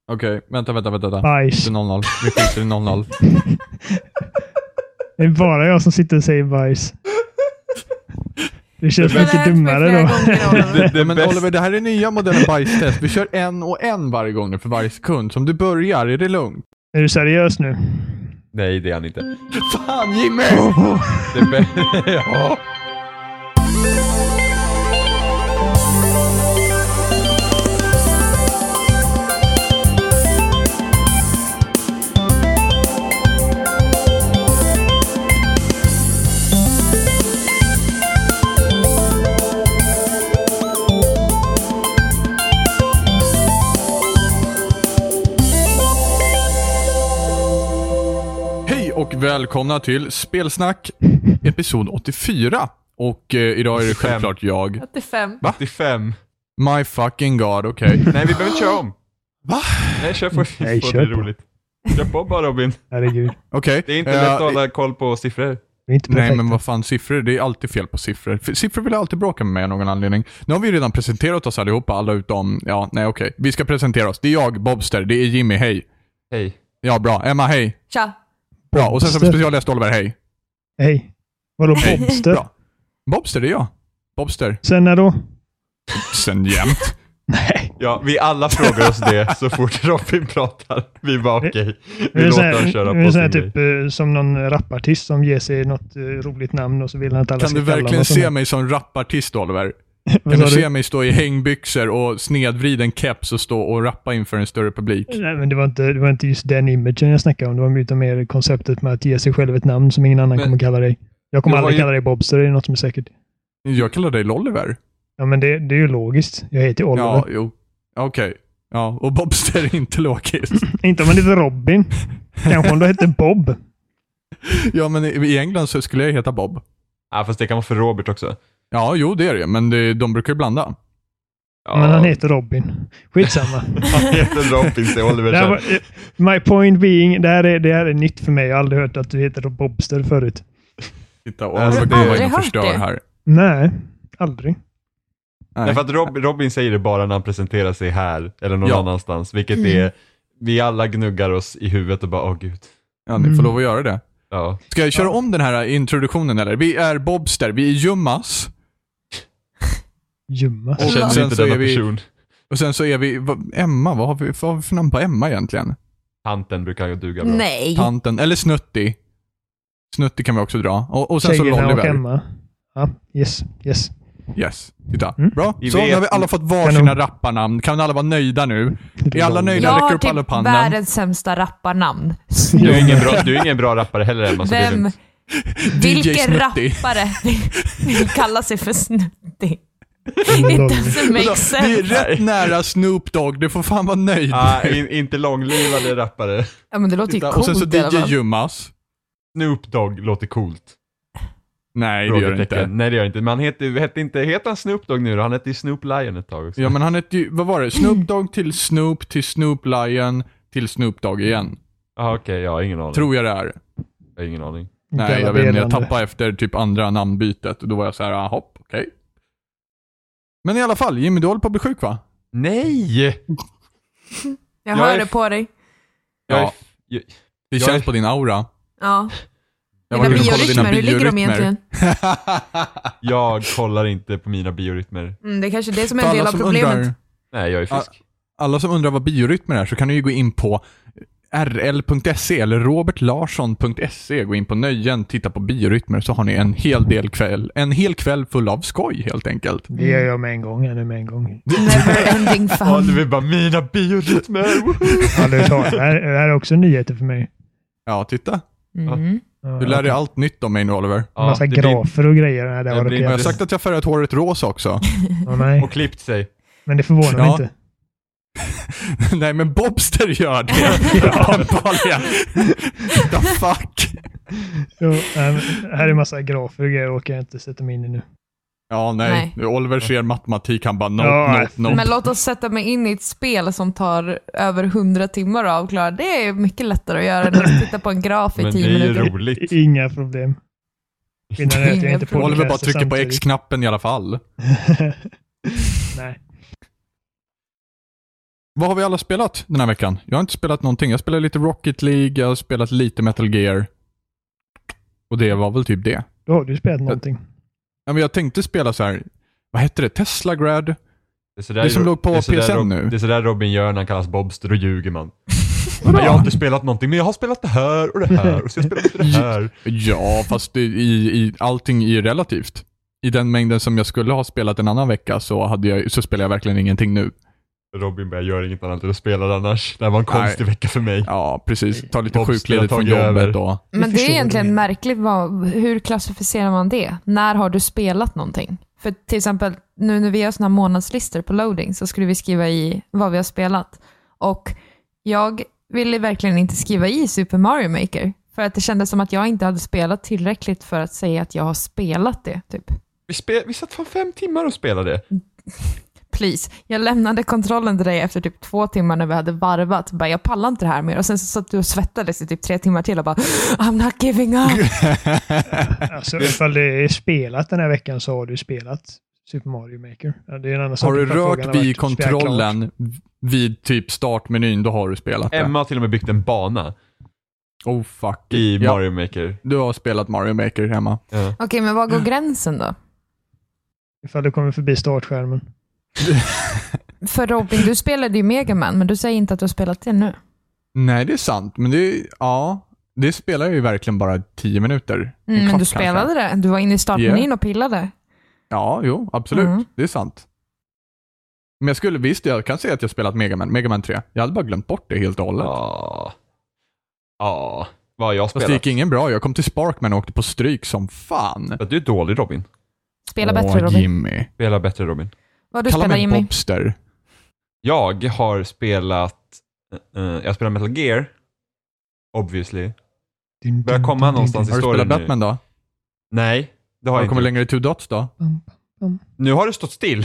Okej, vänta. Bajs. Det är 0-0. Vi skjuter i 0-0. Det är bara jag som sitter och säger bajs. Det känns mycket dummare då. Men Oliver, det här är nya modellen bajstest. Vi kör 1 och 1 varje gång nu för varje sekund. Så om du börjar, är det lugnt? Är du seriös nu? Nej, det är han inte. Fan, Jimmy! Ja. Och välkomna till Spelsnack episod 84. Och idag är det självklart jag. 85. Va? 85. My fucking god, okej. Nej, vi behöver inte köra om. Va? Nej, kör på. Nej, Det är roligt. Kör på bara, Robin. Herregud. Okej. Det är inte lätt att hålla koll på siffror. Det är inte perfekt. Nej, men vad fan, siffror, det är alltid fel på siffror. Siffror vill alltid bråka med mig av någon anledning. Nu har vi redan presenterat oss allihopa, alla utom, okej. Vi ska presentera oss. Det är jag, Bobster, det är Jimmy, hej. Hej. Ja, bra. Emma, hej. Tja. Bra, och sen så har vi specialgäst Oliver, hej. Hej. Vadå Bobster? Bra. Bobster, det är jag. Bobster. Sen när då? Sen jämt. Nej. Ja, vi alla frågar oss det så fort Robin pratar. Vi bara okej. Vi låter honom köra det på är sin typ grej. som någon rapartist som ger sig något roligt namn och så vill han att alla Kan ska du kalla verkligen honom se mig som rapartist, Oliver? Kan du se mig stå i hängbyxor och snedvriden keps och stå och rappa inför en större publik? Nej, men det var inte just den imagen jag snackade om. Det var utan mer konceptet med att ge sig själv ett namn som ingen annan kommer kalla dig. Jag kommer aldrig kalla dig Bobster, det är något som är säkert. Jag kallar dig Lolliver. Ja, men det är ju logiskt. Jag heter Oliver. Ja, jo. Okej. Ja, och Bobster är inte logiskt. Inte om man heter Robin. Kanske om du heter Bob. Ja, men i England så skulle jag heta Bob. Ja, fast det kan vara för Robert också. Ja, jo det är det. Men de brukar ju blanda. Ja. Men han heter Robin. Skitsamma. Han heter Robin, det är Oliver. My point being, det här är nytt för mig. Jag har aldrig hört att du heter Bobster förut. Titta, Oliver kommer in och förstör det. här. Nej, aldrig. Nej, för att Robin säger det bara när han presenterar sig här eller någon annanstans. Vilket är, vi alla gnuggar oss i huvudet och bara, åh gud. Ja, ni får lov att göra det. Ja. Ska jag köra om den här introduktionen eller? Vi är Bobster, vi är Jummas. Jummas. Jag känner sen inte så denna är vi- person. Och sen så är vi... Emma, vad har vi för namn på Emma egentligen? Tanten brukar ju duga bra. Nej. Tanten, eller Snutti. Snutti kan vi också dra. Och sen så Tjejerna och Lolliver. Emma. Ja, yes. Yes, titta. Mm. Bra. Vi Så vet- nu har vi alla fått varsina rapparnamn. Kan alla vara nöjda nu? Är alla nöjda? Jag Räcker har upp alla typ pannan. världens sämsta rapparnamn. Du är ingen bra rappare heller, Emma. Så det är Vem? lugnt. Vilken Snutti. rappare vill kalla sig för Snutti? Lol. It doesn't make Vi är sense. rätt nära Snoop Dogg. Du får fan vara nöjd. Inte långlivade rappare. Ja, men det låter ju Titta, coolt. och sen så i alla DJ fall. Jummas. Snoop Dogg låter coolt. Nej, det gör det Frågetecken. inte. Nej, det gör det inte. Men han heter han Snoop Dogg nu då? Han hette ju Snoop Lion ett tag också. Ja, men han hette ju... Vad var det? Snoop Dogg till Snoop Lion till Snoop Dogg igen. Aha, okej, jag har ingen aning. Tror jag det är. Jag har ingen aning. Nej, jag vet inte. Jag tappade efter typ andra namnbytet. Och då var jag så här, hopp, okej. Men i alla fall, Jimmy, du håller på att bli sjuk, va? Nej! Jag Jag hör är- det på dig. Ja. Jag- Det Jag känns är- på din aura. Ja. Jag Dina var inne och kollade biorytmer, hur ligger de egentligen? Jag kollar inte på mina biorytmer. Det är kanske det som är För en del alla av som problemet. undrar- Nej, jag är fisk. Alla som undrar vad biorytmer är så kan du ju gå in på rl.se eller robertlarsson.se, gå in på nöjen, titta på biorytmer, så har ni en hel kväll full av skoj helt enkelt. Det gör jag med en gång. Never ending fun. Det är bara mina biorytmer. Ja, det här är också nyheter för mig. Ja, titta. Mm. Du lär dig allt nytt om mig nu, Oliver. Massa det blir- grafer och grejer. Nej, det det var blir- Jag har okej. sagt att jag färgat håret rosa också. Ja, nej, Och klippt sig. men det förvånar mig Ja. inte. Nej, men Bobster gör det. Uppenbarligen. The fuck. Jo, här är massa grafer och grejer och jag inte sätta mig in i nu. Ja, nej. Oliver ser matematik, han bara Ja, nope. Men låt oss sätta mig in i ett spel som tar över 100 timmar att avklara. Det är mycket lättare att göra än att titta på en graf i Men 10 det är ju minuter. roligt. Inga problem. Skillnaden är att jag inte Inga Oliver bara podcastar trycker på samtidigt. X-knappen i alla fall. Nej. Vad har vi alla spelat den här veckan? Jag har inte spelat någonting. Jag spelade lite Rocket League, jag har spelat lite Metal Gear. Och det var väl typ det. Då har du spelat någonting. Ja, men jag tänkte spela så här. Vad heter det? Tesla Grad? Det som låg på PSN nu. Det är sådär Robin gör när han kallas Bobster och ljuger man. Jag har inte spelat någonting, men jag har spelat det här och det här och så jag spelat lite det här. Ja, fast i allting är relativt. I den mängden som jag skulle ha spelat en annan vecka så spelar jag verkligen ingenting nu. Robin börjar göra inget annat än att spela annars. Det här var en konstig vecka för mig. Ja, precis. Ta lite Bobster sjukledigt från jobbet och... Men det är egentligen märkligt. Hur klassificerar man det? När har du spelat någonting? För till exempel, nu när vi gör såna månadslistor på loading så skulle vi skriva i vad vi har spelat. Och jag ville verkligen inte skriva i Super Mario Maker. För att det kändes som att jag inte hade spelat tillräckligt för att säga att jag har spelat det, typ. Vi satt för 5 timmar och spelade. Please. Jag lämnade kontrollen till dig efter typ 2 timmar när vi hade varvat. Jag pallar inte det här mer. Och sen så satt du och svettades i typ 3 timmar till och bara I'm not giving up. Alltså ifall det är spelat den här veckan så har du spelat Super Mario Maker. Ja, det är en annan har du rört vid kontrollen vid typ startmenyn, då har du spelat det. Emma har till och med byggt en bana. Oh fuck. I Mario Maker. Du har spelat Mario Maker hemma. Ja. Okej, men vad går gränsen då? Ifall du kommer förbi startskärmen. För Robin, du spelade ju Mega Man, men du säger inte att du har spelat det nu. Nej, det är sant. Men det spelar jag ju verkligen bara 10 minuter. Men du spelade det. Du var inne i startmenyn och pillade. Ja, jo, absolut. Det är sant. Men jag kan säga att jag spelat Mega Man 3. Jag hade bara glömt bort det helt och hållet. Ja, vad har jag spelat? Fast det gick ingen bra. Jag kom till Sparkman och åkte på stryk som fan. Du är dålig, Robin. Spela bättre, Robin. Jimmy. Spela bättre, Robin. Vad du spelar, Jimmy? Bobster. Jag har spelat jag spelar Metal Gear. Obviously. Börjar komma någonstans i storyn. Har du spelat Batman då? Nej, det har jag inte. Kommer längre i Two Dots då? Nu har det stått still.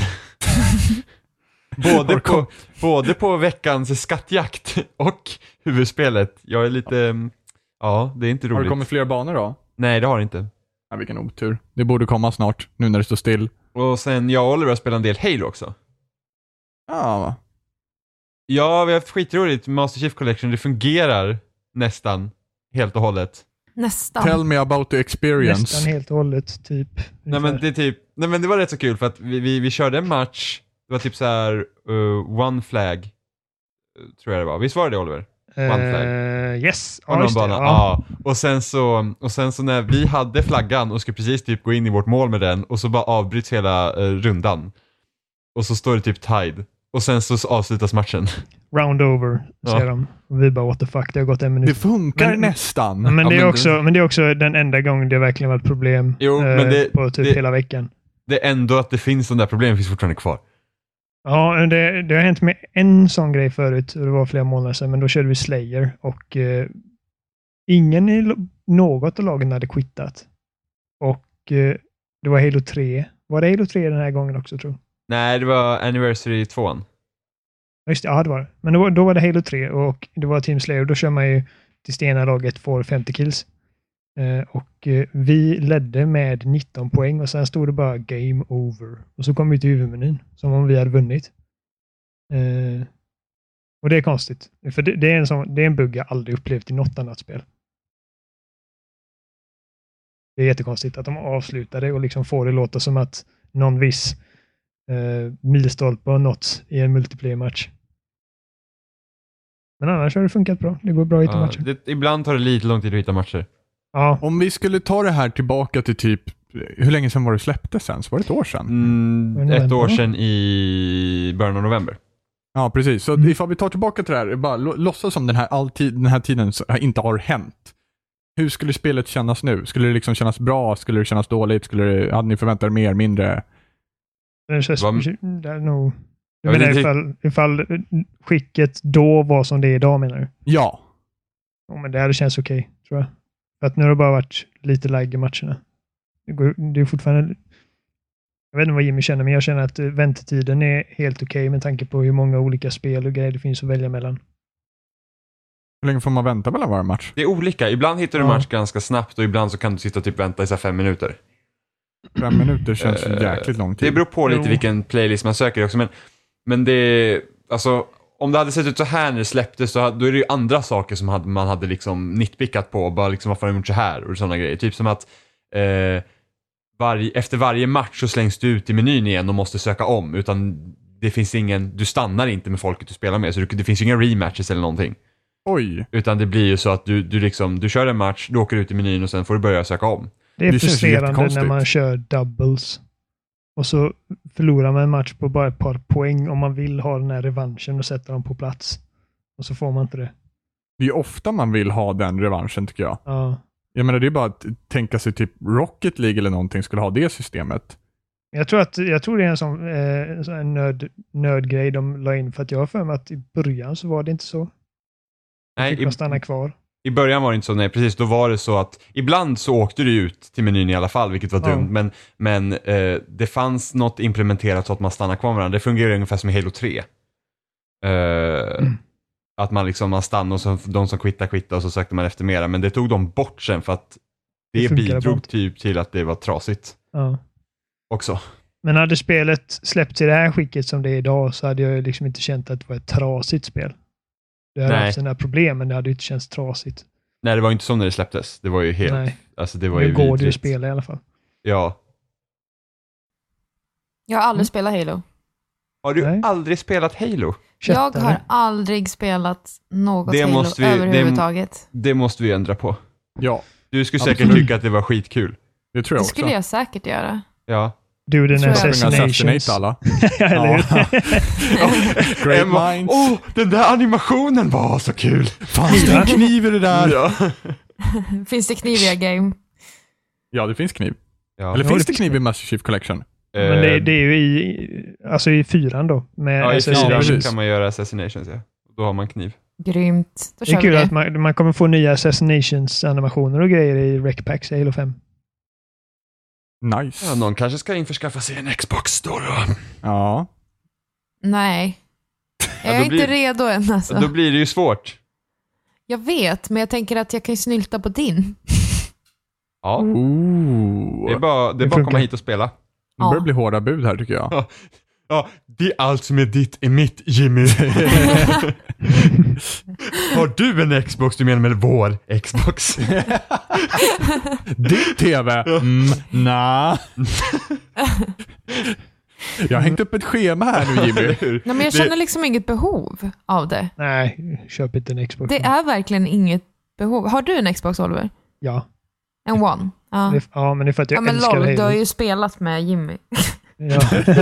både på veckans skattjakt och huvudspelet. Jag är lite... Ja, det är inte roligt. Har det kommit fler banor då? Nej, det har det inte. Ja, vilken otur. Det borde komma snart, nu när det står still. Och sen jag och Oliver har spelat en del Halo också. Ja, va? Ja, vi har haft skitroligt. Master Chief Collection, det fungerar nästan helt och hållet. Nästan. Tell me about the experience. Nästan helt och hållet, typ. Nej men det var rätt så kul för att vi körde en match. Det var typ så här one flag tror jag det var. Visst var det, Oliver? One flag. Yes. Ja. Och sen så när vi hade flaggan och skulle precis typ gå in i vårt mål med den och så bara avbryts hela rundan. Och så står det typ tied. Och sen så avslutas matchen. Round over, säger de. Och vi bara, what the fuck, det har gått 1 minut. Det funkar nästan. Men det är också den enda gången det verkligen var ett problem på typ hela veckan. Det är ändå att det finns de där problemen finns fortfarande kvar. Ja, det har hänt med en sån grej förut. Det var flera månader sedan, men då körde vi Slayer. Och ingen i något av lagen hade quittat. Och det var Halo 3. Var det Halo 3 den här gången också, tror jag? Nej, det var Anniversary 2. Just det, ja det var det. Men då var det Halo 3 och det var Team Slayer. Då kör man ju tills det ena laget får 50 kills. Och vi ledde med 19 poäng och sen stod det bara game over. Och så kom vi till huvudmenyn som om vi hade vunnit. Och det är konstigt. För det är en bugg jag aldrig upplevt i något annat spel. Det är jättekonstigt att de avslutade och liksom får det låta som att någon viss milstolpe har nåtts i en multiplayer-match. Men annars har det funkat bra. Det går bra att hitta matcher. Ibland tar det lite lång tid att hitta matcher. Ja. Om vi skulle ta det här tillbaka till typ, hur länge sedan var det släpptes sen? Så var det ett år sedan? Ett år sedan i början av november. Ja, precis. Så ifall vi tar tillbaka till det här, bara låtsas som den här tiden inte har hänt. Hur skulle spelet kännas nu? Skulle det liksom kännas bra? Skulle det kännas dåligt? Hade ni förväntat er mer, mindre? Det känns, det är nog... Jag menar ifall skicket då var som det är idag, menar du? Ja. Men det känns okej, tror jag. För att nu har det bara varit lite lag i matcherna. Det är fortfarande... Jag vet inte vad Jimmy känner, men jag känner att väntetiden är helt okej med tanke på hur många olika spel och grejer det finns att välja mellan. Hur länge får man vänta mellan varje match? Det är olika. Ibland hittar du match ganska snabbt och ibland så kan du sitta och typ vänta i så 5 minuter. 5 minuter känns jäkligt lång tid. Det beror på lite vilken playlist man söker också, men det alltså om det hade sett ut så här när det släpptes så då är det ju andra saker som man hade liksom nitpickat på och bara liksom varför har de gjort så här och sådana grejer. Typ som att efter varje match så slängs du ut i menyn igen och måste söka om, utan det finns du stannar inte med folket du spelar med, så det finns ju inga rematches eller någonting. Oj. Utan det blir ju så att du kör en match, du åker ut i menyn och sen får du börja söka om. Det är Det känns frustrerande jättekonstigt. när man kör doubles. Och så förlorar man en match på bara ett par poäng om man vill ha den här revanschen och sätta dem på plats. Och så får man inte det. Det är ju ofta man vill ha den revanschen tycker jag. Ja. Jag menar det är bara att tänka sig typ Rocket League eller någonting skulle ha det systemet. Jag tror det är en sån nördgrej de la in, för att jag har för mig att i början så var det inte så. Nej, Fick man stanna kvar. I början var det inte så, nej precis, då var det så att ibland så åkte du ut till menyn i alla fall, vilket var dumt, men det fanns något implementerat så att man stannar kvar med varandra. Det fungerar ungefär som i Halo 3. Att man stannade och så de som kvittar och så sökte man efter mera, men det tog de bort sen för att det bidrog typ till att det var trasigt också. Men hade spelet släppts i det här skicket som det är idag så hade jag liksom inte känt att det var ett trasigt spel. Det hade haft sina problem, men det hade ju inte känts trasigt. Nej, det var inte som när det släpptes. Det var ju helt... Nej. Alltså, det var Nu ju går det ju att vidrigt. spela i alla fall. Ja. Jag har aldrig spelat Halo. Har du Nej. aldrig spelat Halo? Jag Köttare. har aldrig spelat något Det Halo måste vi- överhuvudtaget. Det måste vi ändra på. Ja, Du skulle Absolut. säkert tycka att det var skitkul. det tror Det jag också. skulle jag säkert göra. Ja. Du, den Tror jag. Assassinations. alla. Ja, eller hur? Great Emma, minds. den där animationen var så kul. Fanns det en kniv i det där? Ja. Finns det kniviga game? Ja, det finns kniv. Ja. Eller Ja, finns det det kniv i Master Chief Collection? Men det är ju i 4:an då. Med Ja, i Assassinations. 4 kan man göra assassinations, ja. Då har man kniv. Grymt. Då Det är kör vi kul det. att man kommer få nya Assassinations-animationer och grejer i Rec Packs i Halo 5. Nice. Ja, någon kanske ska införskaffa sig en Xbox då. Ja. Nej. Jag Ja, är då blir- inte redo än alltså. Då blir det ju svårt. Jag vet, men jag tänker att jag kan ju snylta på din. Ja. Ooh. Det är bara att komma funkar. hit och spela. Det börjar bli hårda bud här tycker jag. Ja, det är allt som är ditt är mitt, Jimmy. Har du en Xbox, du menar med vår Xbox? Din TV? Nah. Jag har hängt upp ett schema här nu Jimmy. Nej, men jag känner liksom inget behov av det. Nej, köp inte en Xbox. Det är verkligen inget behov. Har du en Xbox, Oliver? Ja. En One? Ja. Ja, men det är för att jag Ja, men älskar LOL, du har Halo. ju spelat med Jimmy. Ja.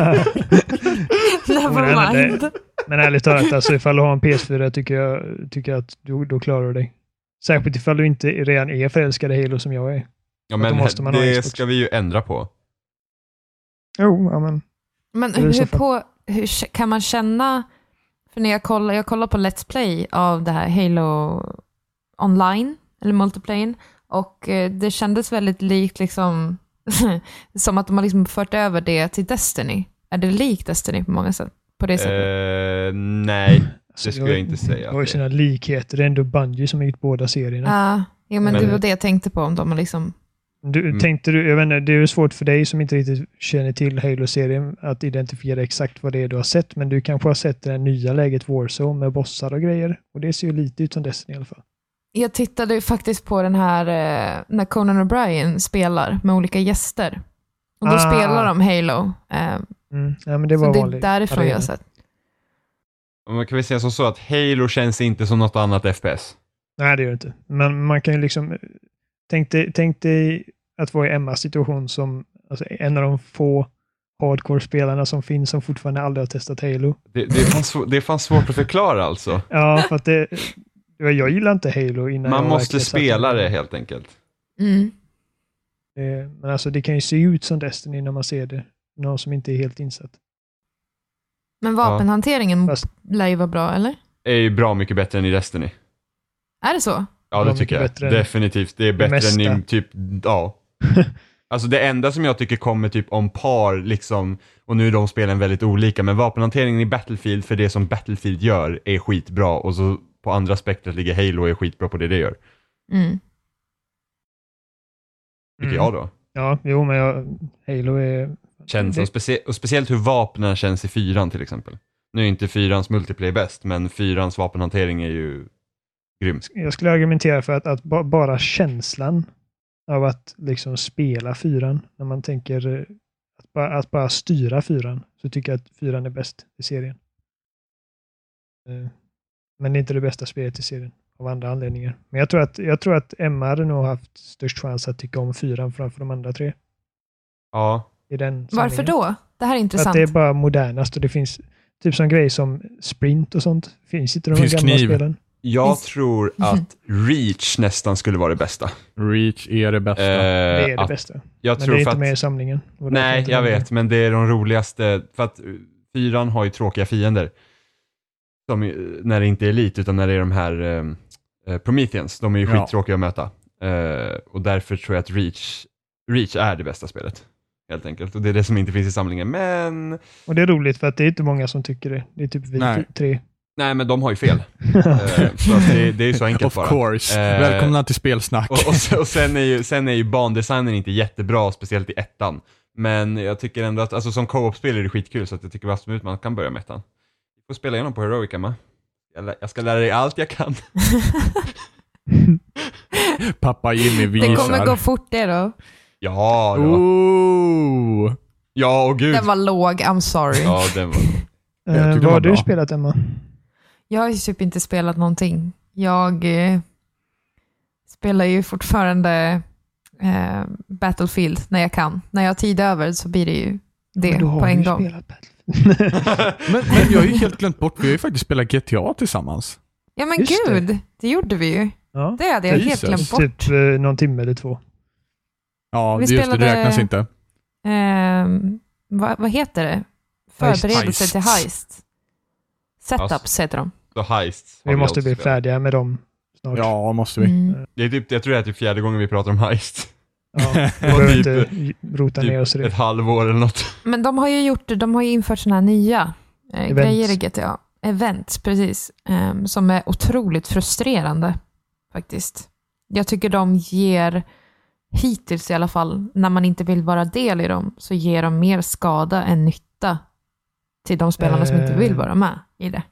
Never mind. Men ärligt talat, alltså, ifall du har en PS4 tycker jag att då klarar du dig. Särskilt ifall du inte redan är förälskad i Halo som jag är. Ja, Då men måste man ha det Xbox. ska vi ju ändra på. Jo, ja men. Men Det är så hur kan man känna, för när jag kollar på Let's Play av det här Halo online, eller multiplayer, och det kändes väldigt likt liksom, som att de har liksom fört över det till Destiny. Är det likt Destiny på många sätt? På det sättet? Nej, Alltså, det skulle jag inte säga. Det har ju sina likheter. Det är ändå Bungie som har gjort båda serierna. Ja, men det Men- var det jag tänkte på, om de har liksom... Tänkte du, jag vet inte, det är ju svårt för dig som inte riktigt känner till Halo-serien att identifiera exakt vad det är du har sett, men du kanske har sett det nya läget Warzone med bossar och grejer, och det ser ju lite ut som Destiny i alla fall. Jag tittade ju faktiskt på den här när Conan O'Brien spelar med olika gäster. Och då spelar de Halo. Ja, men det var Så det är vanligt. därifrån jag har sett. Man kan väl säga så att Halo känns inte som något annat FPS. Nej, det gör det inte. Men man kan ju liksom... Tänk dig att vara i Emmas situation som alltså, en av de få hardcore-spelarna som finns som fortfarande aldrig har testat Halo. Det är fan svårt att förklara alltså. Ja, för att jag gillar inte Halo innan Man jag måste verkligen satte spela mig. det helt enkelt. Mm. Men alltså det kan ju se ut som Destiny när man ser det. Någon som inte är helt insatt. Men vapenhanteringen Fast- lär ju vara bra, eller? Det är ju bra mycket bättre än i Destiny. Är det så? Ja, Bra det tycker jag. mycket bättre än Definitivt. Det är bättre mesta. än i typ, ja. Alltså det enda som jag tycker kommer typ om par liksom, och nu är de spelen väldigt olika, men vapenhanteringen i Battlefield för det som Battlefield gör är skitbra, och så på andra spektrat ligger Halo och är skitbra på det gör. Mm. Tycker jag då. Ja, jo, men Halo är... Känns och speciellt hur vapnen känns i 4 till exempel. Nu är inte 4ans multiplayer bäst, men 4ans vapenhantering är ju grym. Jag skulle argumentera för att bara känslan av att liksom spela 4:an, när man tänker att bara styra 4:an, så tycker jag att 4:an är bäst i serien. Men det är inte det bästa spelet i serien av andra anledningar. Men jag tror att Emma hade nog haft störst chans att tycka om 4:an framför de andra 3. Ja. I den Varför då? Det här är intressant. Att det är bara modernast och det finns typ som grej som sprint och sånt. Finns inte de gamla kniv. spelen. Jag tror att Reach nästan skulle vara det bästa. Reach är det bästa. Det är det bästa. Jag Men tror det är för inte med i att, samlingen. nej, jag vet, men det är de roligaste. För att 4:an har ju tråkiga fiender. Som, när det inte är Elite, utan när det är de här Prometheans. De är ju skittråkiga att möta. Och därför tror jag att Reach är det bästa spelet. Helt enkelt. Och det är det som inte finns i samlingen. Men... Och det är roligt för att det är inte många som tycker det. Det är typ vi 3. Nej, men de har ju fel. Så att det är ju så enkelt of bara. Of course. Välkomna till Spelsnack. Och sen är ju bandesignen inte jättebra, speciellt i 1:an. Men jag tycker ändå att, alltså som co-op-spel är det skitkul, så att jag tycker absolut man kan börja med 1:an. Du får spela igenom på Heroic, Emma. Jag ska lära dig allt jag kan. Pappa Jimmy visar. Det kommer gå fort det då. Ja, då. Ja, och gud. Den var låg, I'm sorry. Ja, den var låg. Vad har du spelat, Emma? Jag har ju typ inte spelat någonting. Jag spelar ju fortfarande Battlefield när jag kan. När jag har tid över så blir det ju det på en gång. men jag har ju helt glömt bort, vi har ju faktiskt spelat GTA tillsammans. Ja men just gud, det gjorde vi ju. Ja. Det hade jag helt glömt bort. Typ någon timme eller 2. Ja, det räknas inte. Vad heter det? Förberedelse till heist. Setups heter de. Så heist. Vi måste bli färdiga med dem snart. Ja, måste vi. Det är typ, jag tror det är typ 4:e gången vi pratar om heist. Ja, vi behöver inte rota ner oss i det. Ett halvår eller något. Men de har ju infört såna här nya grejer i GTA. Events, precis. Som är otroligt frustrerande faktiskt. Jag tycker de ger, hittills i alla fall, när man inte vill vara del i dem, så ger de mer skada än nytta till de spelarna som inte vill vara med i det.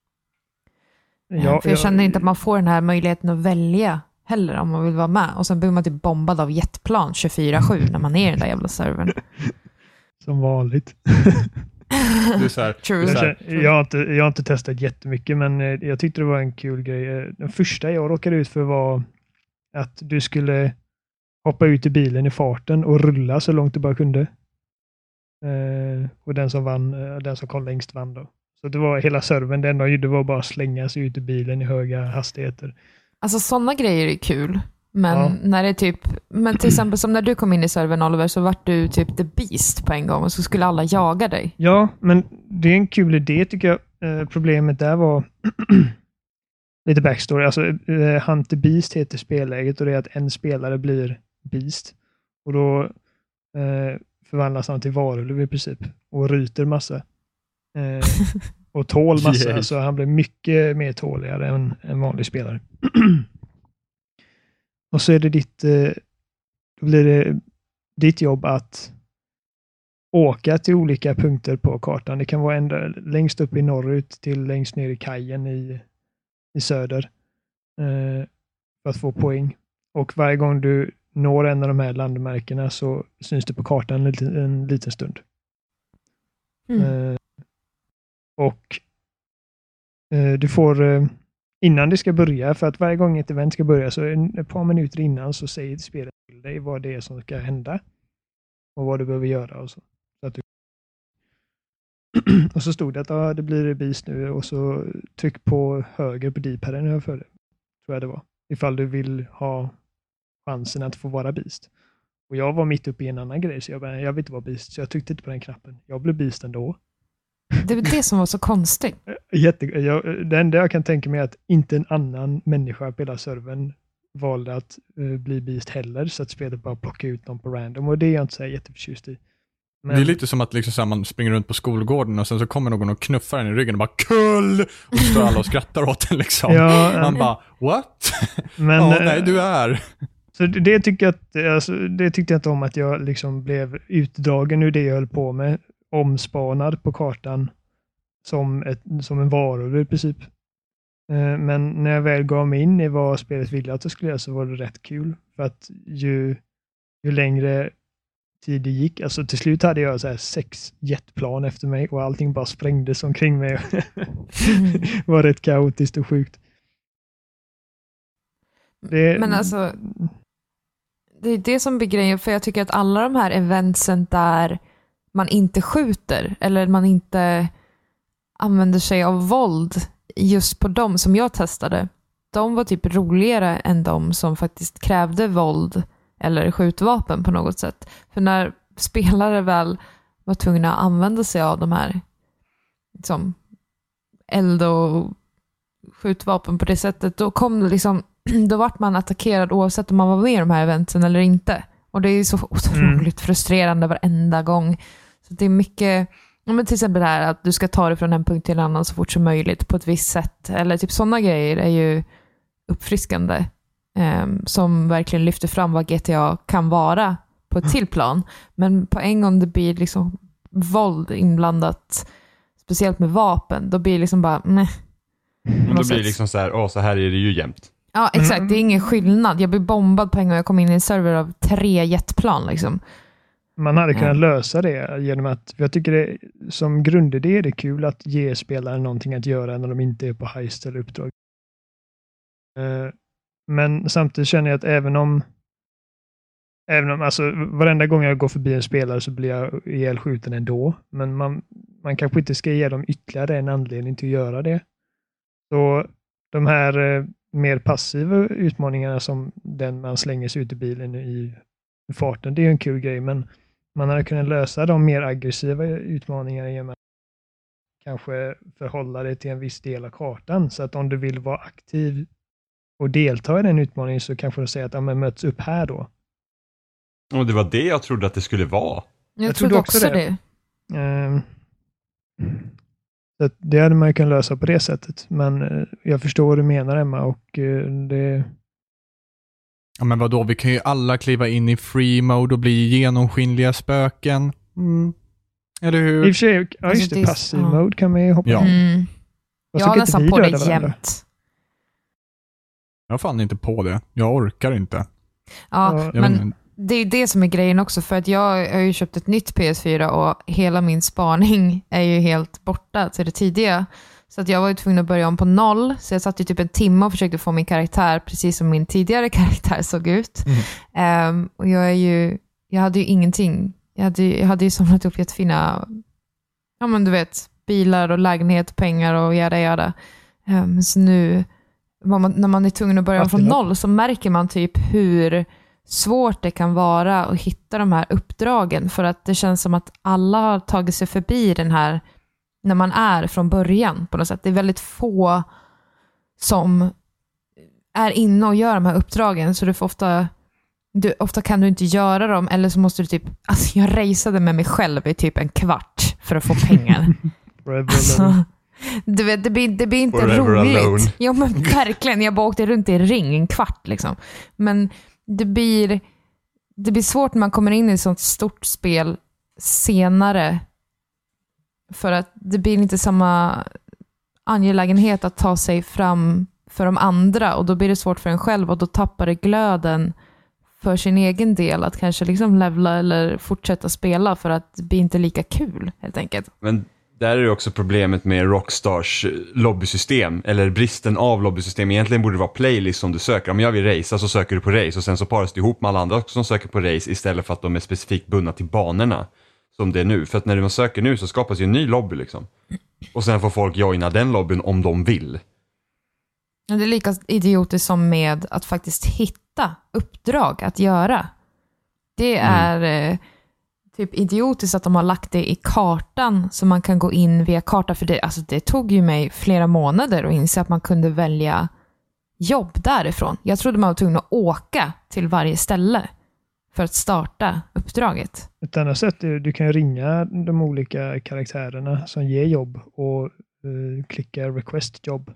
För jag känner inte att man får den här möjligheten att välja heller om man vill vara med. Och sen blir man typ bombad av jetplan 24/7 när man är i den där jävla servern. Som vanligt. Det är så här, jag har inte testat jättemycket, men jag tyckte det var en kul grej. Den första jag råkade ut för var att du skulle hoppa ut i bilen i farten och rulla så långt du bara kunde. Och den som kom längst vann då. Så det var hela servern, det enda jag gjorde var bara slänga sig ut i bilen i höga hastigheter. Alltså sådana grejer är kul. Men när det är typ, men till exempel som när du kom in i servern, Oliver, så vart du typ the beast på en gång och så skulle alla jaga dig. Ja, men det är en kul idé tycker jag. Problemet där var lite backstory. Alltså Hunter Beast heter spelläget och det är att en spelare blir beast. Och då förvandlas han till varulv i princip och ryter massa. Och tål massa. Yeah. Så han blir mycket mer tåligare än en vanlig spelare. Och så är det då blir det ditt jobb att åka till olika punkter på kartan. Det kan vara ända längst upp i norrut till längst ner i kajen i söder för att få poäng. Och varje gång du når en av de här landmärkena så syns det på kartan en liten stund. Och du får innan det ska börja, för att varje gång ett event ska börja så ett par minuter innan så säger spelet till dig vad det är som ska hända och vad du behöver göra och så. Så att du... och så stod det att det blir beast nu och så tryck på höger på D-paden för det, tror jag det var. Ifall du vill ha chansen att få vara beast. Och jag var mitt uppe i en annan grej så jag vill inte vara beast så jag tryckte inte på den knappen. Jag blev beast ändå. Det var det som var så konstigt. Det enda jag kan tänka mig är att inte en annan människa på hela servern valde att bli beast heller, så att spelet bara plockar ut dem på random, och det är jag inte så jätteförtjust i. Men... Det är lite som att liksom så här, man springer runt på skolgården och sen så kommer någon och knuffar den i ryggen och bara kull! Och så står alla och skrattar åt den liksom. Man bara, what? Men, nej, du är... Så det tycker jag att, alltså, det tyckte jag inte om, att jag liksom blev utdragen ur det jag höll på med, omspanad på kartan som en varulv i princip. Men när jag väl gav mig in i vad spelet ville att jag skulle göra så var det rätt kul. För att ju längre tid det gick, alltså till slut hade jag så här 6 jetplan efter mig och allting bara sprängdes omkring mig. Det var rätt kaotiskt och sjukt. Men alltså, det är det som blir grejen, för jag tycker att alla de här eventsen där man inte skjuter eller man inte använder sig av våld, just på dem som jag testade, de var typ roligare än de som faktiskt krävde våld eller skjutvapen på något sätt. För när spelare väl var tvungna att använda sig av de här liksom, eld och skjutvapen på det sättet, då kom det liksom, då vart man attackerad oavsett om man var med i de här eventen eller inte. Och det är så otroligt frustrerande varenda gång. Så det är mycket, men till exempel det här att du ska ta det från en punkt till en annan så fort som möjligt på ett visst sätt. Eller typ sådana grejer är ju uppfriskande. Som verkligen lyfter fram vad GTA kan vara på ett till plan. Men på en gång det blir liksom våld inblandat, speciellt med vapen, då blir det liksom bara nej. Och då blir det liksom så här, så här är det ju jämt. Ja, exakt. Det är ingen skillnad. Jag blir bombad på en gång. Jag kom in i en server av 3 jetplan liksom. Man hade kunnat lösa det genom att, jag tycker det, som grundidé är det kul att ge spelare någonting att göra när de inte är på heist eller uppdrag. Men samtidigt känner jag att även om alltså varenda gång jag går förbi en spelare så blir jag ihjälskjuten ändå. Men man kanske inte ska ge dem ytterligare en anledning till att göra det. Så de här mer passiva utmaningarna som den man slänger sig ut i bilen i farten, det är ju en kul grej, men man hade kunnat lösa de mer aggressiva utmaningarna genom att kanske förhålla det till en viss del av kartan. Så att om du vill vara aktiv och delta i den utmaningen så kanske du säger att man möts upp här då. Och det var det jag trodde att det skulle vara. Jag trodde också det. Så att det hade man ju kunnat lösa på det sättet. Men jag förstår vad du menar, Emma, och det... Ja, men vadå? Vi kan ju alla kliva in i free mode och bli genomskinliga spöken. Eller hur? I och för sig, ja just det, passiv mode kan man ju hoppa ja. Jag har nästan på det jämt. Jag fann inte på det. Jag orkar inte. Ja, men det är det som är grejen också, för att jag har ju köpt ett nytt PS4 och hela min spaning är ju helt borta till det tidiga. Så att jag var ju tvungen att börja om på 0, så jag satt ju typ en timme och försökte få min karaktär precis som min tidigare karaktär såg ut. Och jag hade ju ingenting. Jag hade ju samlat upp jättefina, ja men du vet, bilar och lägenhet, pengar och jada. Så nu när man är tvungen att börja om från 0 så märker man typ hur svårt det kan vara att hitta de här uppdragen, för att det känns som att alla har tagit sig förbi den här när man är från början på något sätt. Det är väldigt få som är inne och gör de här uppdragen, så du får ofta kan du inte göra dem, eller så måste du typ, alltså jag raceade med mig själv i typ en kvart för att få pengar. Alltså, du vet, det blir inte roligt. Ja men verkligen, jag bara åkte runt i ring en kvart liksom. Men det blir svårt när man kommer in i ett sånt stort spel senare, för att det blir inte samma angelägenhet att ta sig fram för de andra, och då blir det svårt för en själv, och då tappar det glöden för sin egen del att kanske liksom levla eller fortsätta spela, för att det blir inte lika kul helt enkelt. Men där är det också problemet med Rockstars lobbysystem, eller bristen av lobbysystem. Egentligen borde det vara playlist som du söker. Om jag vill racea så söker du på race, och sen så paras du ihop med alla andra som söker på race, istället för att de är specifikt bundna till banorna som det är nu. För att när man söker nu så skapas ju en ny lobby liksom. Och sen får folk joina den lobbyn om de vill. Det är lika idiotiskt som med att faktiskt hitta uppdrag att göra. Det är typ idiotiskt att de har lagt det i kartan så man kan gå in via karta. För det tog ju mig flera månader att inse att man kunde välja jobb därifrån. Jag trodde man var tvungen att åka till varje ställe för att starta uppdraget. Ett annat sätt är att du kan ringa de olika karaktärerna som ger jobb och klicka request jobb.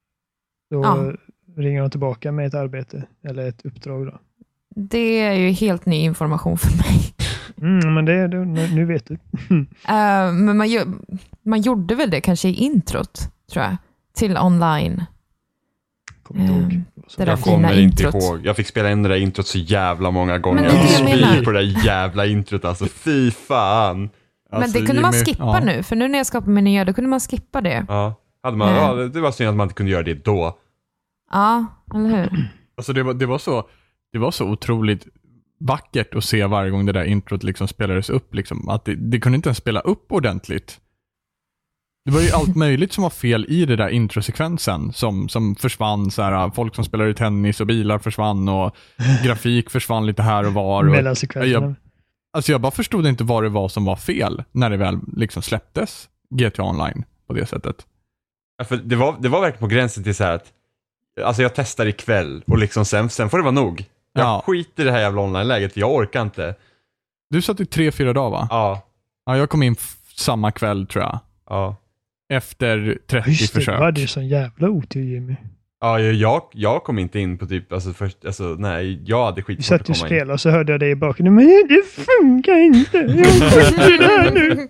Då ringer de tillbaka med ett arbete eller ett uppdrag då. Det är ju helt ny information för mig. Men nu vet du. Men man gjorde väl det kanske i introt, tror jag, till online. Kommer inte ihåg. Det där Jag fina kommer inte introt. ihåg. Jag fick spela in det där introt så jävla många gånger. Men det är det jag Jag menar. på det där jävla introt alltså. Fy fan. Men Alltså, det kunde man Jimmy- skippa nu, för nu när jag skapar min nya, då kunde man skippa det. Ja. Det var synd att man inte kunde göra det då. Ja, eller hur? Alltså det var så otroligt vackert att se varje gång det där introt liksom spelades upp. Liksom, att det kunde inte ens spela upp ordentligt. Det var ju allt möjligt som var fel i det där introsekvensen som försvann. Så här, folk som spelar i tennis och bilar försvann och grafik försvann lite här och var. Mellan sekvenserna. Jag bara förstod inte vad det var som var fel när det väl liksom släpptes GTA Online på det sättet. Ja, för det var verkligen på gränsen till så här att alltså jag testar ikväll och liksom sen får det vara nog. Jag skiter i det här jävla online-läget för jag orkar inte. Du satt i 3-4 dagar va? Ja. Ja, jag kom in samma kväll tror jag. Ja. Efter 30 Just det, försök. var det sån jävla otur, Jimmy. Ja, jag kom inte in på typ, nej, jag hade Vi skitsvårt satt att och komma in. spelade och så hörde jag det i bakgrunden. Men det funkar inte. Jag skiter det här nu.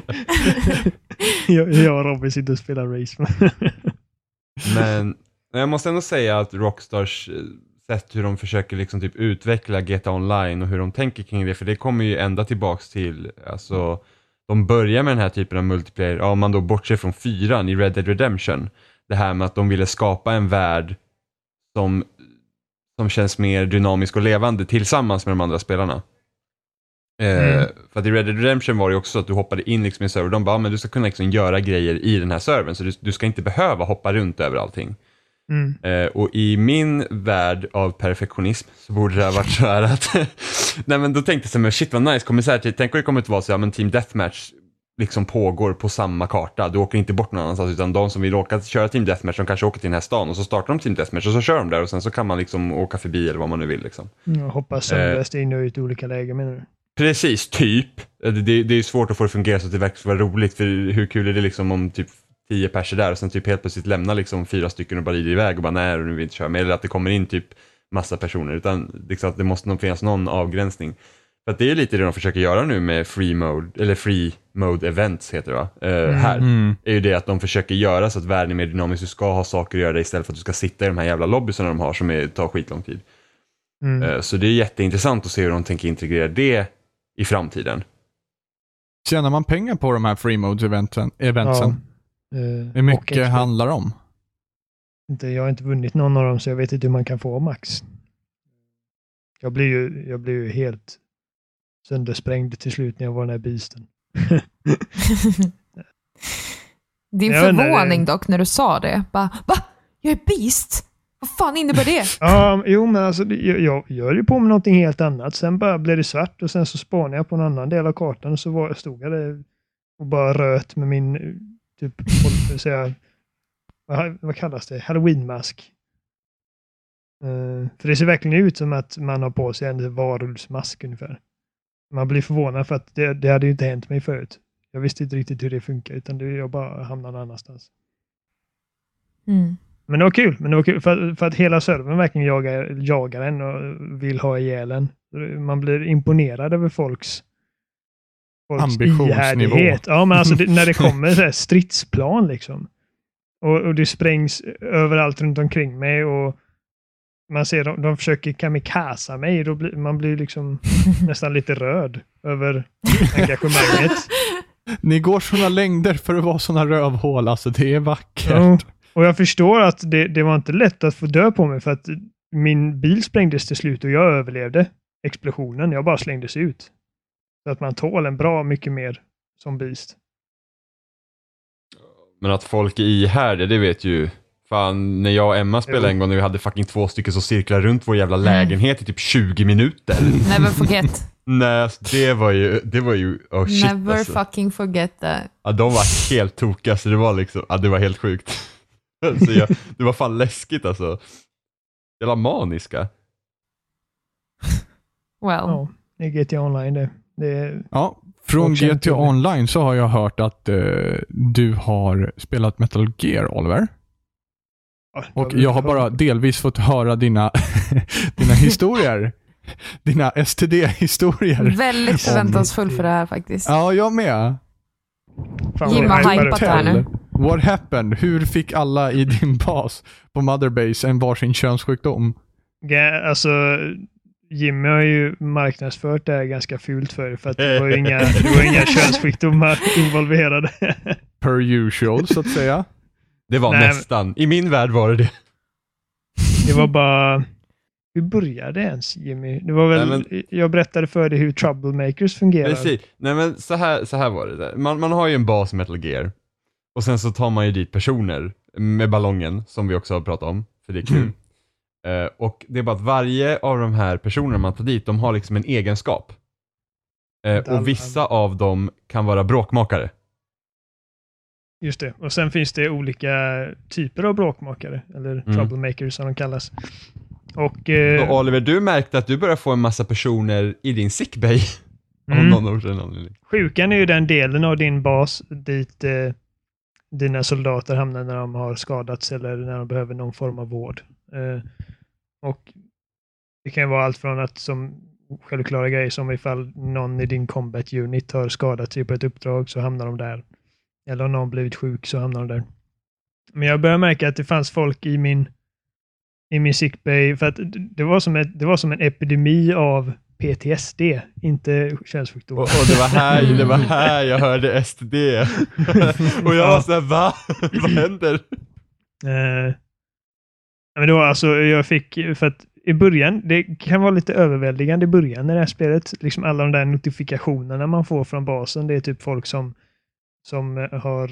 jag och Robin sitter och spelar race. Men jag måste ändå säga att Rockstars sätt hur de försöker liksom typ utveckla GTA Online och hur de tänker kring det, för det kommer ju ända tillbaks till, alltså de börjar med den här typen av multiplayer, om man då bortser från 4 i Red Dead Redemption, det här med att de ville skapa en värld som känns mer dynamisk och levande tillsammans med de andra spelarna. För att i Red Dead Redemption var det också så att du hoppade in liksom i en server och de bara, men du ska kunna liksom göra grejer i den här servern, så du ska inte behöva hoppa runt över allting. Och i min värld av perfektionism så borde det ha varit så här att nej men då tänkte jag så här, men shit vad nice, kommer så här till, tänk om det kommer inte vara så här, men Team Deathmatch liksom pågår på samma karta, du åker inte bort någon annanstans, utan de som vill åka köra Team Deathmatch, de kanske åker till den här stan och så startar de Team Deathmatch och så kör de där och sen så kan man liksom åka förbi eller vad man nu vill liksom. Jag hoppas sömnlöst in och ut i olika lägen, menar du? Precis, typ. Det är ju svårt att få det att fungera så att det verkar vara roligt, för hur kul är det liksom om typ 10 personer där och sen typ helt plötsligt lämnar liksom 4 stycken och bara rider iväg och bara nej, nu vill vi inte köra med, eller att det kommer in typ massa personer, utan liksom att det måste nog finnas någon avgränsning. För att det är lite det de försöker göra nu med free mode events heter det va? Här är ju det att de försöker göra så att världen är mer dynamisk, du ska ha saker att göra istället för att du ska sitta i de här jävla lobbyerna de har som tar skitlång tid. Så det är jätteintressant att se hur de tänker integrera det i framtiden. Tjänar man pengar på de här free modes eventsen? Ja. Hur mycket handlar det om? Jag har inte vunnit någon av dem så jag vet inte hur man kan få max. Jag blir ju helt söndersprängd till slut när jag var den här beasten. Din förvåning dock när du sa det. Bara, va? Jag är beast? Vad fan innebär det? Ja, jo men alltså jag gör ju på med någonting helt annat. Sen bara blev det svart och sen så spanade jag på en annan del av kartan och så stod jag där och bara röt med min typ, säga, vad kallas det? Halloween-mask. För det ser verkligen ut som att man har på sig en varulvsmask ungefär. Man blir förvånad för att det hade ju inte hänt mig förut. Jag visste inte riktigt hur det funkar utan jag bara hamnade någon annanstans. Men det var kul. För att hela servern verkligen jagar en och vill ha ihjäl en. Man blir imponerad över folks ihärdighet. Ja, men alltså när det kommer så här stridsplan liksom. Och det sprängs överallt runt omkring mig och man ser de försöker kamikaza mig. Man blir liksom nästan lite röd över engagemanget. Ni går såna längder för att vara såna rövhål. Alltså det är vackert. Ja. Och jag förstår att det var inte lätt att få dö på mig för att min bil sprängdes till slut och jag överlevde explosionen. Jag bara slängdes ut. Så att man tål en bra mycket mer som beast. Men att folk är ihärdiga, det vet ju. Fan, när jag och Emma spelade en gång när vi hade fucking 2 stycken som cirklade runt vår jävla lägenhet i typ 20 minuter. Never forget. Nej, alltså, det var ju oh shit, Never alltså. fucking forget that. Ja, de var helt tokiga så det var liksom, det var helt sjukt. Så det var fan läskigt alltså. Jävla maniska. Well. Ja, det är GTA Online det. Ja, från GTA Online så har jag hört att du har spelat Metal Gear, Oliver. Ja, och jag har bara delvis fått höra dina historier dina STD-historier. Väldigt förväntansfull för det här faktiskt. Ja, jag med. Fan, Jim vad har jag hypat det här nu. What happened? Hur fick alla i din bas på Motherbase en varsin könssjukdom? Alltså, Jimmy har ju marknadsfört det här ganska fult för att det var ju inga könssjukdomar involverade. Per usual, så att säga. Det var nästan. I min värld var det. Det var bara... Hur började ens, Jimmy? Det var väl... Jag berättade för dig hur Troublemakers fungerar. Precis. Nej, men så här var det där. Man har ju en bas i Metal Gear. Och sen så tar man ju dit personer med ballongen, som vi också har pratat om. För det är kul. Och det är bara att varje av de här personerna man tar dit, de har liksom en egenskap. Och vissa av dem kan vara bråkmakare. Just det. Och sen finns det olika typer av bråkmakare. Eller troublemakers som de kallas. Och Oliver, du märkte att du börjar få en massa personer i din sickbay. Av någon anledning. Sjukan är ju den delen av din bas dit dina soldater hamnar när de har skadats eller när de behöver någon form av vård. Och det kan vara allt från att som självklara grejer som ifall någon i din combat unit har skadat sig på ett uppdrag så hamnar de där. Eller om någon blivit sjuk så hamnar de där. Men jag börjar märka att det fanns folk i min sickbay för att det var som en epidemi av PTSD, inte könssjukdom. Och det var här jag hörde STD. Och jag var såhär, va? Vad händer? Men det var alltså, jag fick, för att i början, det kan vara lite överväldigande i början när det här spelet, liksom alla de där notifikationerna man får från basen, det är typ folk som har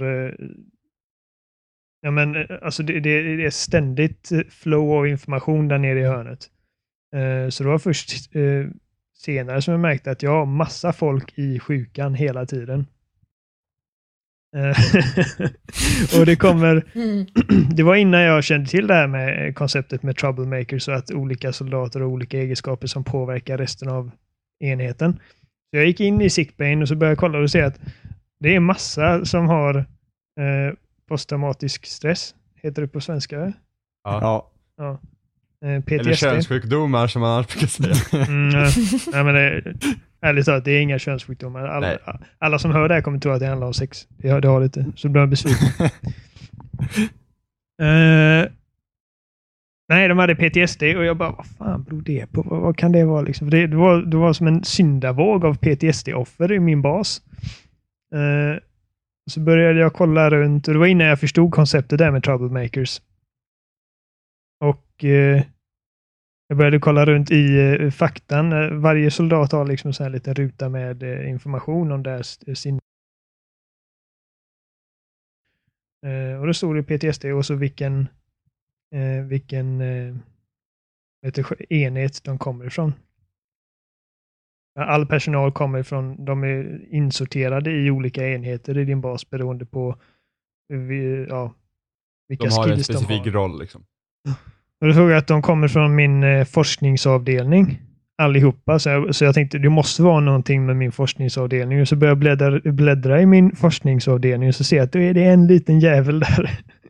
ja men alltså det är ständigt flow av information där nere i hörnet. Så det var först senare som jag märkte att jag har massa folk i sjukan hela tiden. Och det var innan jag kände till det här med konceptet med troublemakers och att olika soldater och olika egenskaper som påverkar resten av enheten. Så jag gick in i sickbayn och så började jag kolla och se att det är massa som har posttraumatisk stress. Heter det på svenska? Ja. PTSD. Eller könssjukdomar som man annars brukar säga. Nej, men ärligt talat, det är inga könssjukdomar. Alla som hör det här kommer tro att det handlar om sex. Det har det inte. Så blir jag besviken. Nej, de hade PTSD och jag bara, vad fan beror det på? Vad kan det vara liksom? För det var som en syndavåg av PTSD-offer i min bas. Så började jag kolla runt och det var innan jag förstod konceptet där med troublemakers. Och jag började kolla runt i faktan. Varje soldat har liksom så här lite ruta med information om sin. Och då stod det PTSD och så vilken enhet de kommer ifrån. All personal kommer ifrån, de är insorterade i olika enheter i din bas beroende på vilka de har en skills specifik roll liksom. Och då såg jag att de kommer från min forskningsavdelning allihopa, så jag tänkte det måste vara någonting med min forskningsavdelning och så började jag bläddra i min forskningsavdelning och så ser jag att det är en liten jävel där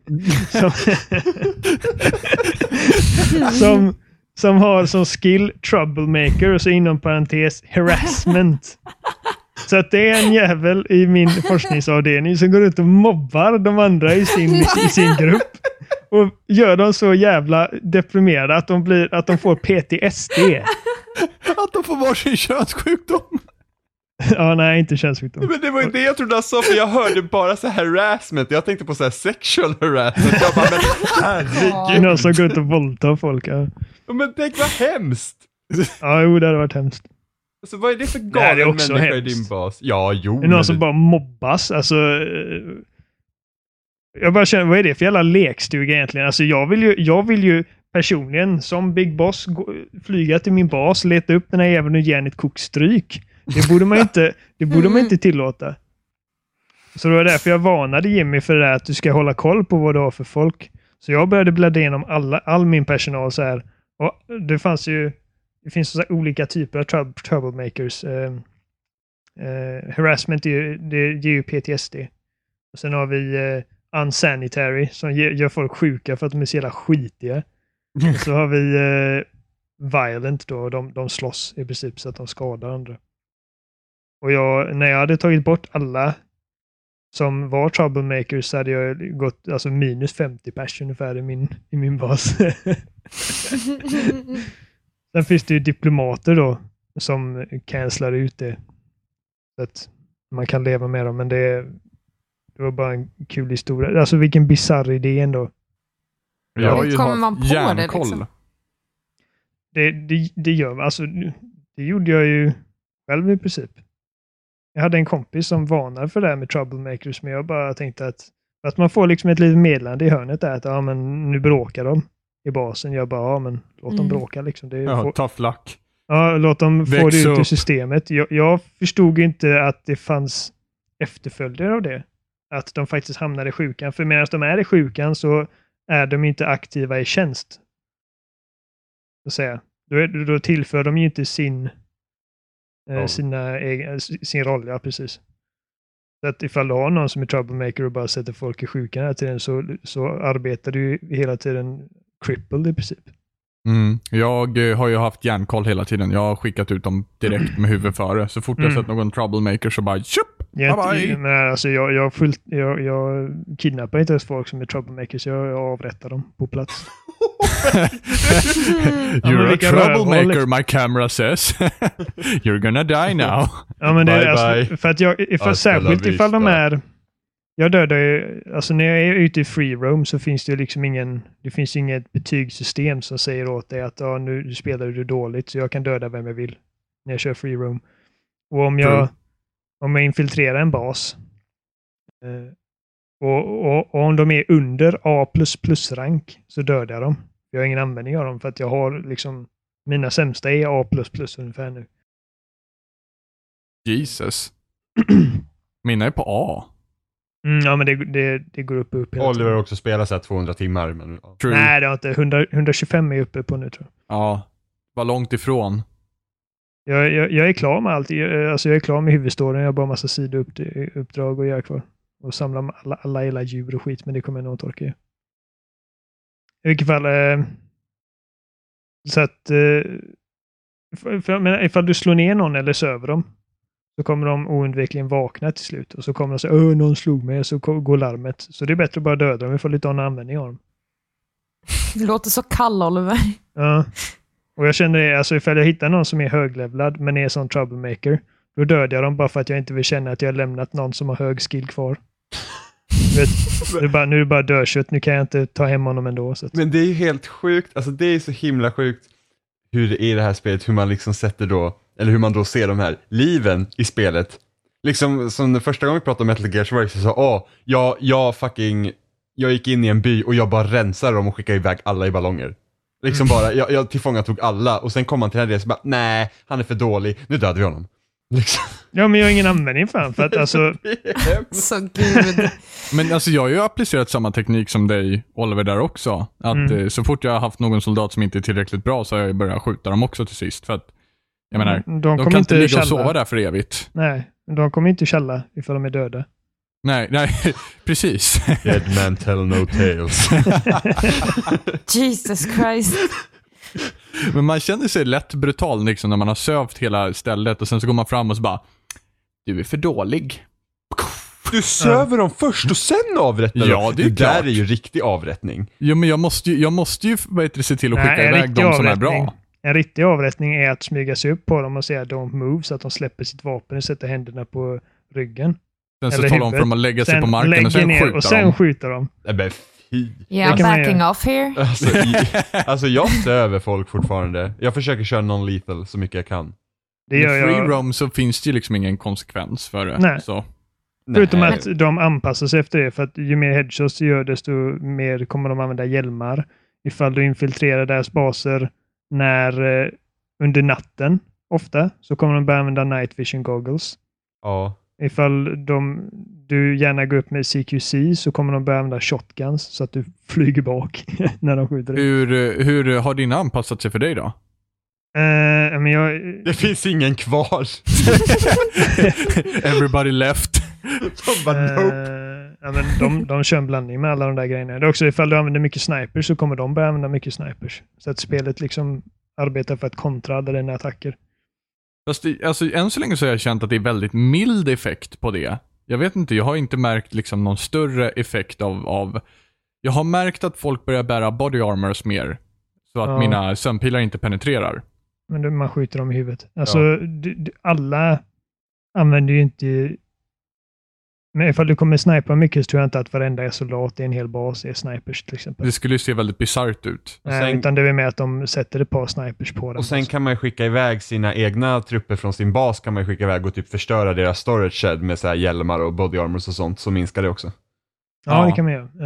som har som skill troublemaker och så inom parentes harassment. Så att det är en jävel i min forskningsavdelning som går ut och mobbar de andra i sin grupp och gör dem så jävla deprimerade att de får PTSD. Att de får varsin könssjukdom. Ja, nej, inte könssjukdom. Men det var ju det jag trodde han sa, för jag hörde bara så harassment. Jag tänkte på så här sexual harassment. Jag bara, men herregud. Någon som går ut och våldtar folk. Ja. Men tänk vad hemskt. Ja, jo, det hade varit hemskt. Alltså vad är det för galen människa i din bas? Ja, jo. Det är någon som bara mobbas. Alltså, jag bara känner, vad är det för jävla lekstuga egentligen? Alltså jag vill ju personligen som Big Boss flyga till min bas, leta upp den här jäveln och ge henne ett kokstryk. Det borde man inte tillåta. Så det var därför jag varnade Jimmy för det där, att du ska hålla koll på vad du har för folk. Så jag började bläddra igenom all min personal så här. Och det finns så olika typer av troublemakers. Harassment det ger ju PTSD. Och sen har vi unsanitary som gör folk sjuka för att de är så jävla skitiga. Och så har vi violent då. De slåss i princip så att de skadar andra. Och när jag hade tagit bort alla som var troublemakers så hade jag gått alltså minus 50 pers ungefär i min bas. Sen finns det ju diplomater då som cancelar ut det. Så att man kan leva med dem, men det var bara en kul historia. Alltså vilken bizarr idé ändå. Hur kommer man på järnkoll. det liksom? Det gör man. Alltså, det gjorde jag ju själv i princip. Jag hade en kompis som varnade för det här med troublemakers, men jag bara tänkte att man får liksom ett litet meddelande i hörnet där att ja, men nu bråkar de i basen. Jag bara, ja men låt dem bråka liksom. Tough luck. Ja, låt dem få det ut ur upp. systemet. Jag förstod inte att det fanns efterföljder av det. Att de faktiskt hamnade i sjukan. För medan de är i sjukan så är de inte aktiva i tjänst. Så att säga. Då tillför de ju inte sin roll, ja precis. Så att ifall du har någon som är troublemaker och bara sätter folk i sjukan hela tiden så arbetar du hela tiden crippled i princip. Jag har ju haft järnkoll hela tiden. Jag har skickat ut dem direkt med huvudet före. Så fort jag sett någon troublemaker så bara tjup! Men alltså jag kidnappar inte ens folk som är troublemakers. Jag avrättar dem på plats. You're a troublemaker, my camera says. You're gonna die now. Ja, men det är Bye, alltså, bye. för att särskilt ifall de är... Jag dödar ju... Alltså när jag är ute i free roam så finns det liksom inget betygssystem som säger åt dig att nu spelar du dåligt så jag kan döda vem jag vill när jag kör free roam. Och om jag infiltrerar en bas och om de är under A++ rank så dödar jag dem. Jag har ingen användning av dem för att jag har liksom mina sämsta är A++ ungefär nu. Jesus. Mina är på A. Ja, men det går upp hela tiden. Oliver har också spelat så här 200 timmar. Men, ja. True. Nej, det har inte. 125 är uppe på nu tror jag. Ja, var långt ifrån. Jag är klar med allt. Alltså jag är klar med huvudstoryn. Jag har bara massa sidouppdrag och göra kvar. Och samla alla hela djur och skit. Men det kommer jag nog att orka. I vilket fall. Så att. Ifall du slår ner någon eller söver dem. Så kommer de oundvikligen vakna till slut. Och så kommer de säga någon slog mig. Så går larmet. Så det är bättre att bara döda dem. Vi får lite användning av dem. Det låter så kall, Oliver. Ja. Och jag känner det, alltså ifall jag hittar någon som är höglevlad men är sån troublemaker, då dödar jag dem bara för att jag inte vill känna att jag har lämnat någon som har hög skill kvar. Nu är det bara dödkött, nu kan jag inte ta hem honom ändå. Så att... Men det är ju helt sjukt, alltså det är så himla sjukt hur det är i det här spelet, hur man liksom sätter då, eller hur man då ser de här liven i spelet. Liksom som den första gången vi pratade om Metal Gear så var det så jag gick in i en by och jag bara rensade dem och skickade iväg alla i ballonger. Liksom bara, jag tillfångatog alla och sen kom han till den här så bara, nej, han är för dålig, nu dödade vi honom. Liksom. Ja, men jag har ingen användning för att alltså... Så gud. Men alltså jag har ju applicerat samma teknik som dig, Oliver, där också. Att så fort jag har haft någon soldat som inte är tillräckligt bra så har jag börjat skjuta dem också till sist. För att, jag menar, de kan inte ligga och sova där för evigt. Nej, de kommer inte källa ifall de är döda. Nej, precis. Dead man tell no tales. Jesus Christ. Men man känner sig lätt brutal liksom, när man har sövt hela stället och sen så går man fram och så bara, du är för dålig. Du söver dem först och sen avrättar dem. Ja, det är där är ju riktig avrättning. Ja, men jag måste ju se till att skicka iväg de som är bra. En riktig avrättning är att smyga sig upp på dem och säga don't move så att de släpper sitt vapen och sätter händerna på ryggen. Sen så talar de för dem att lägga sig på marken och sen skjuta dem. Men fy. Yeah, backing off here. Alltså jag söver folk fortfarande. Jag försöker köra non-lethal så mycket jag kan. I free roam så finns det ju liksom ingen konsekvens för det. Nej. Så. Förutom att de anpassar sig efter det. För att ju mer headshots du gör desto mer kommer de använda hjälmar. Ifall du infiltrerar deras baser under natten ofta så kommer de börja använda night vision goggles. Ja. Ifall du gärna går upp med CQC så kommer de börja använda shotguns så att du flyger bak när de skjuter dig. Hur har dina anpassat sig för dig då? Men det finns ingen kvar. Everybody left. Ja, men de kör en blandning med alla de där grejerna. Det är också ifall du använder mycket snipers så kommer de börja använda mycket snipers. Så att spelet liksom arbeta för att kontra alla dina attacker. Fast alltså, än så länge så har jag känt att det är väldigt mild effekt på det. Jag vet inte, jag har inte märkt liksom någon större effekt av... Jag har märkt att folk börjar bära body armors mer. Så att mina sömnpilar inte penetrerar. Men man skjuter dem i huvudet. Alltså, alla använder ju inte... Men ifall du kommer snipa mycket så tror jag inte att varenda soldat i en hel bas är snipers till exempel. Det skulle ju se väldigt bizarrt ut. Nej, utan det är med att de sätter ett par snipers på den. Och sen kan man ju skicka iväg sina egna trupper från sin bas, kan man ju skicka iväg och typ förstöra deras storage shed med så här hjälmar och body armors och sånt, så minskar det också. Ja, det kan man göra.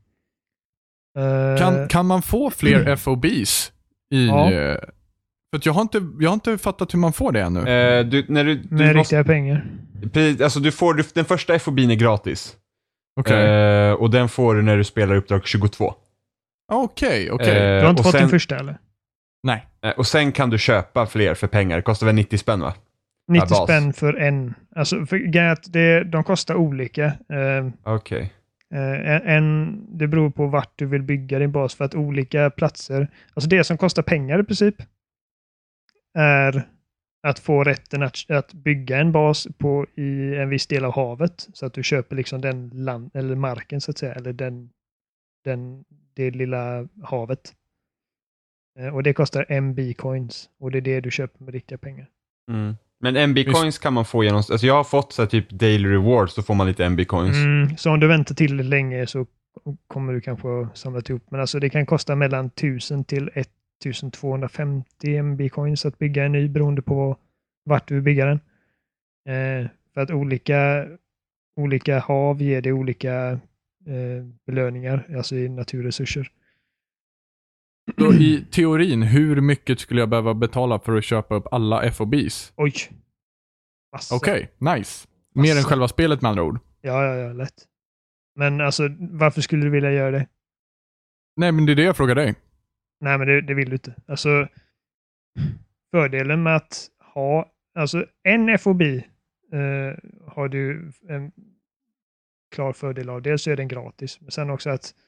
Kan man få fler FOBs i... För att jag har inte fattat hur man får det ännu. Med riktiga pengar. Alltså du får, den första FOB:n är gratis. Okej. Och den får du när du spelar uppdrag 22. Okej. Du har inte fått den första eller? Nej. Och sen kan du köpa fler för pengar. Det kostar väl 90 spänn va? 90 spänn för en. Alltså de kostar olika. Okej. Det beror på vart du vill bygga din bas, för att olika platser, alltså det som kostar pengar i princip är att få rätten att bygga en bas i en viss del av havet, så att du köper liksom den eller marken så att säga, eller det lilla havet. Och det kostar MB coins, och det är det du köper med riktiga pengar. Men MB coins kan man få genom, alltså jag har fått så här, typ daily rewards, så får man lite MB coins. Så om du väntar till länge så kommer du kanske samla ihop, men alltså det kan kosta mellan 1000 till 1250 MB coins att bygga en ny, beroende på vart du vill bygga den. För att olika hav ger det olika belöningar, alltså i naturresurser. Då i teorin, hur mycket skulle jag behöva betala för att köpa upp alla FOBs? Oj. Okej, nice. Mer än själva spelet med andra ord. Ja, lätt. Men alltså, varför skulle du vilja göra det? Nej, men det är det jag frågar dig. Nej, men det vill du inte. Alltså, fördelen med att ha, alltså en FOB har du en klar fördel av. Dels så är den gratis, men sen också att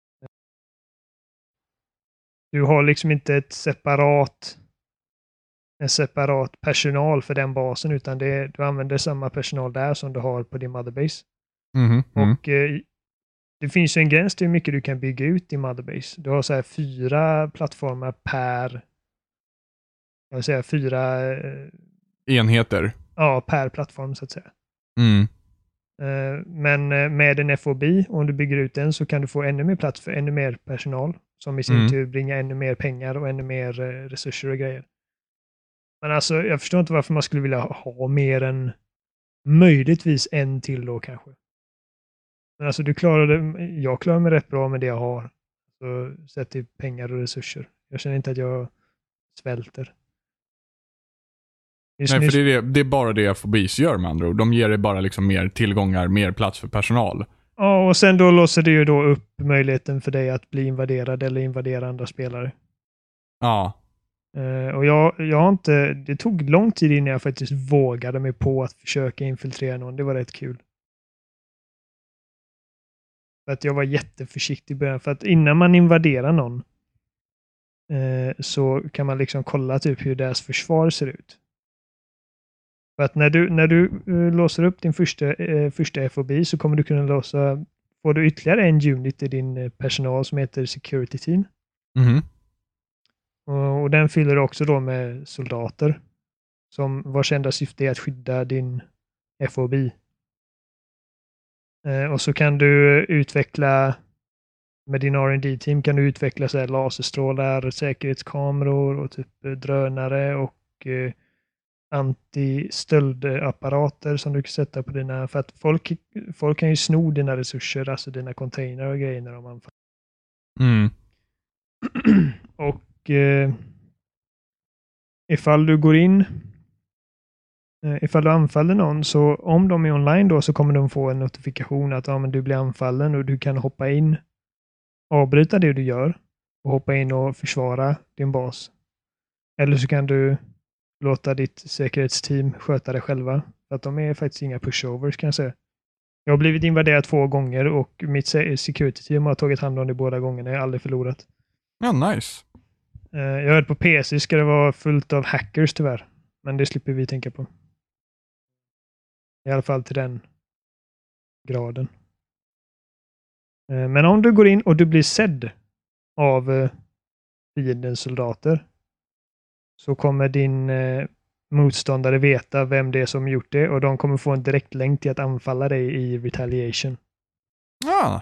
du har liksom inte en separat personal för den basen, utan du använder samma personal där som du har på din motherbase. Och det finns ju en gräns till hur mycket du kan bygga ut i motherbase. Du har så här 4 plattformar per, jag vill säga 4 enheter. Ja, per plattform så att säga. Men med en FOB, om du bygger ut den, så kan du få ännu mer plats för ännu mer personal, som i sin tur bringar ännu mer pengar och ännu mer resurser och grejer. Men alltså, jag förstår inte varför man skulle vilja ha mer än möjligtvis en till då kanske. Men alltså, jag klarar mig rätt bra med det jag har. Så sett till pengar och resurser. Jag känner inte att jag svälter. Nej, för det är bara det FOBs gör med andra ord. De ger dig bara liksom mer tillgångar, mer plats för personal. Ja, och sen då låser det ju då upp möjligheten för dig att bli invaderad eller invadera andra spelare. Ja. Och jag har inte... Det tog lång tid innan jag faktiskt vågade mig på att försöka infiltrera någon. Det var rätt kul. För att jag var jätteförsiktig i början. För att innan man invaderar någon så kan man liksom kolla typ hur deras försvar ser ut. För att när du låser upp din första FOB, så kommer du kunna får du ytterligare en unit i din personal som heter Security Team. Och den fyller du också då med soldater som vars enda syfte är att skydda din FOB. Och så kan du utveckla, med din R&D-team kan du utveckla så här laserstrålar, säkerhetskameror och typ drönare och anti-stöldapparater som du kan sätta på dina, för att folk kan ju sno dina resurser, alltså dina container och grejer när de anfaller. Och ifall du anfaller någon, så om de är online då, så kommer de få en notifikation att men du blir anfallen, och du kan hoppa in, avbryta det du gör och hoppa in och försvara din bas. Eller så kan du låta ditt säkerhetsteam sköta det själva. För att de är faktiskt inga pushovers, kan jag säga. Jag har blivit invaderad 2 gånger och mitt security team har tagit hand om det båda gångerna. Jag har aldrig förlorat. Ja, nice. Jag hörde på PC ska det vara fullt av hackers tyvärr. Men det slipper vi tänka på. I alla fall till den graden. Men om du går in och du blir sedd av fiendens soldater så kommer din motståndare veta vem det är som gjort det och de kommer få en direkt länk till att anfalla dig i retaliation. Ja.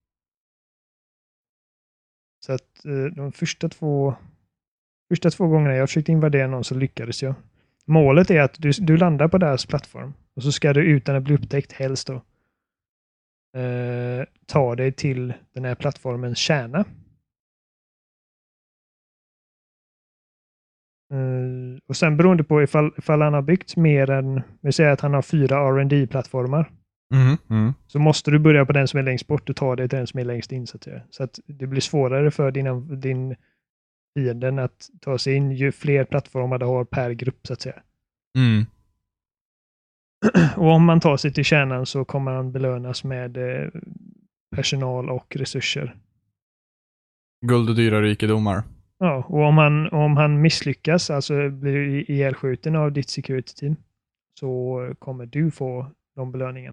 Så att de första två gångerna jag försökte invadera någon så lyckades jag. Målet är att du landar på deras plattform och så ska du utan att bli upptäckt helst då ta dig till den här plattformens kärna. Och sen beroende på ifall han har byggt mer än, vi säger att han har 4 R&D-plattformar. Så måste du börja på den som är längst bort och ta dig till den som är längst in. Så att det blir svårare för din fienden att ta sig in ju fler plattformar du har per grupp så att säga. Och om man tar sig till kärnan så kommer han belönas med personal och resurser. Guld och dyra rikedomar. Ja, och om han misslyckas, alltså blir ihjälskjuten av ditt security team, så kommer du få de belöningarna.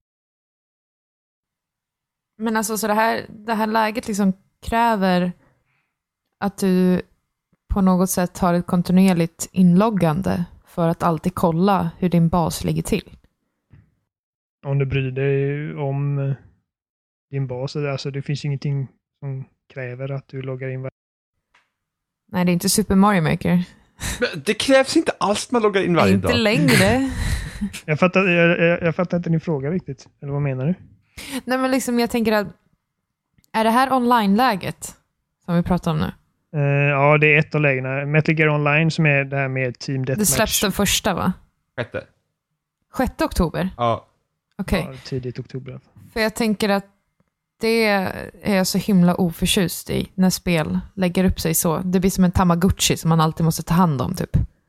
Men alltså så det här läget liksom kräver att du på något sätt har ett kontinuerligt inloggande för att alltid kolla hur din bas ligger till. Om du bryr dig om din bas, alltså det finns ingenting som kräver att du loggar in. Nej, det är inte Super Mario Maker. Men det krävs inte alls att man loggar in varje dag. Inte längre. Jag fattar inte din fråga riktigt. Eller vad menar du? Nej, men liksom jag tänker att är det här online-läget som vi pratar om nu? Ja, det är ett av lägena. Metal Gear Online som är det här med Team Deathmatch. Det släpps den första, va? 6 oktober? Ja. Okej. Ja, tidigt oktober. För jag tänker att det är jag så himla oförtjust i när spel lägger upp sig så. Det blir som en Tamagotchi som man alltid måste ta hand om, typ.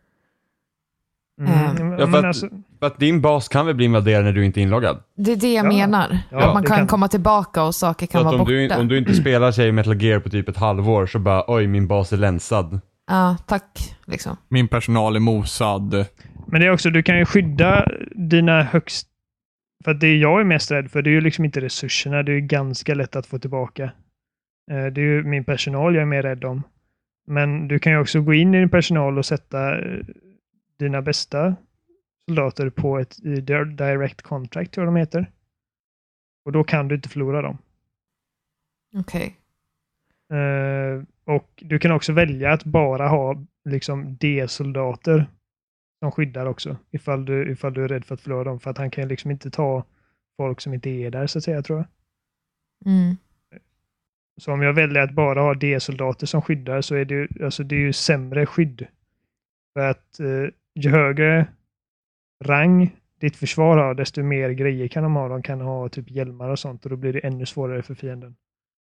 Ja, för att din bas kan väl bli invaderad när du inte är inloggad? Det är det jag menar. Ja, att man kan komma tillbaka och saker kan vara borta. Om du inte spelar sig Metal Gear på typ ett halvår så bara, oj, min bas är länsad. Ja, tack. Liksom. Min personal är mosad. Men det är också, du kan ju skydda dina högst... För att det jag är mest rädd för, det är ju liksom inte resurserna. Det är ju ganska lätt att få tillbaka. Det är ju min personal jag är mer rädd om. Men du kan ju också gå in i din personal och sätta dina bästa soldater på ett direct contract, tror jag de heter. Och då kan du inte förlora dem. Okej. Och du kan också välja att bara ha liksom D-soldater som skyddar också. Ifall du är rädd för att förlora dem. För att han kan liksom inte ta folk som inte är där, så att säga, tror jag. Så om jag väljer att bara ha D-soldater som skyddar så är det ju sämre skydd. För att ju högre rang ditt försvar har, desto mer grejer kan de ha. De kan ha typ hjälmar och sånt och då blir det ännu svårare för fienden.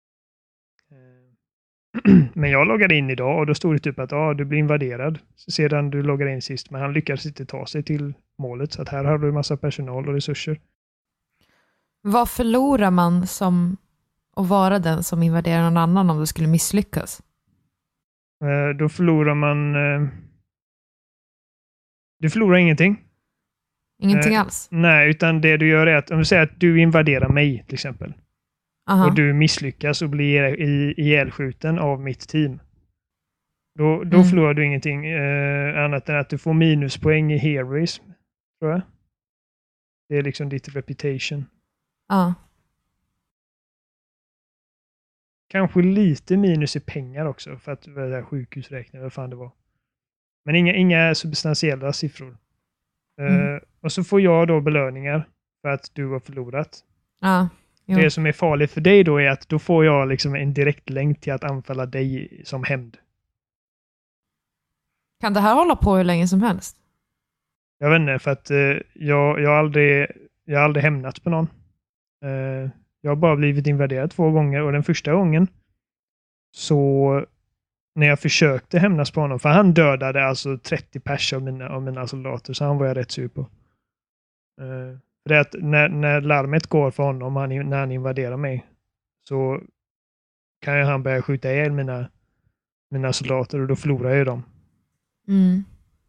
Men jag loggade in idag och då stod det typ att du blir invaderad sedan du loggade in sist, men han lyckades inte ta sig till målet, så att här har du en massa personal och resurser. Vad förlorar man som att vara den som invaderar någon annan om det skulle misslyckas? Då förlorar man... Du förlorar ingenting. Ingenting alls? Nej, utan det du gör är att om du säger att du invaderar mig till exempel. Aha. Och du misslyckas och blir ihjälskjuten av mitt team. Då förlorar du ingenting annat än att du får minuspoäng i heroism, tror jag. Det är liksom ditt reputation. Ja. Kanske lite minus i pengar också, för att det där sjukhusräkningen, vad fan det var. Men inga substantiella siffror. Och så får jag då belöningar för att du har förlorat. Ja. Jo. Det som är farligt för dig då är att då får jag liksom en direkt länk till att anfalla dig som hämnd. Kan det här hålla på hur länge som helst? Jag vet inte, för att jag har aldrig hämnat på någon. Jag har bara blivit invaderad 2 gånger och den första gången så när jag försökte hämnas på honom, för han dödade alltså 30 pers av mina soldater, så han var jag rätt sur på. För det att när larmet går för honom när han invaderar mig så kan ju han börja skjuta ihjäl mina mina soldater och då förlorar jag dem. Mm.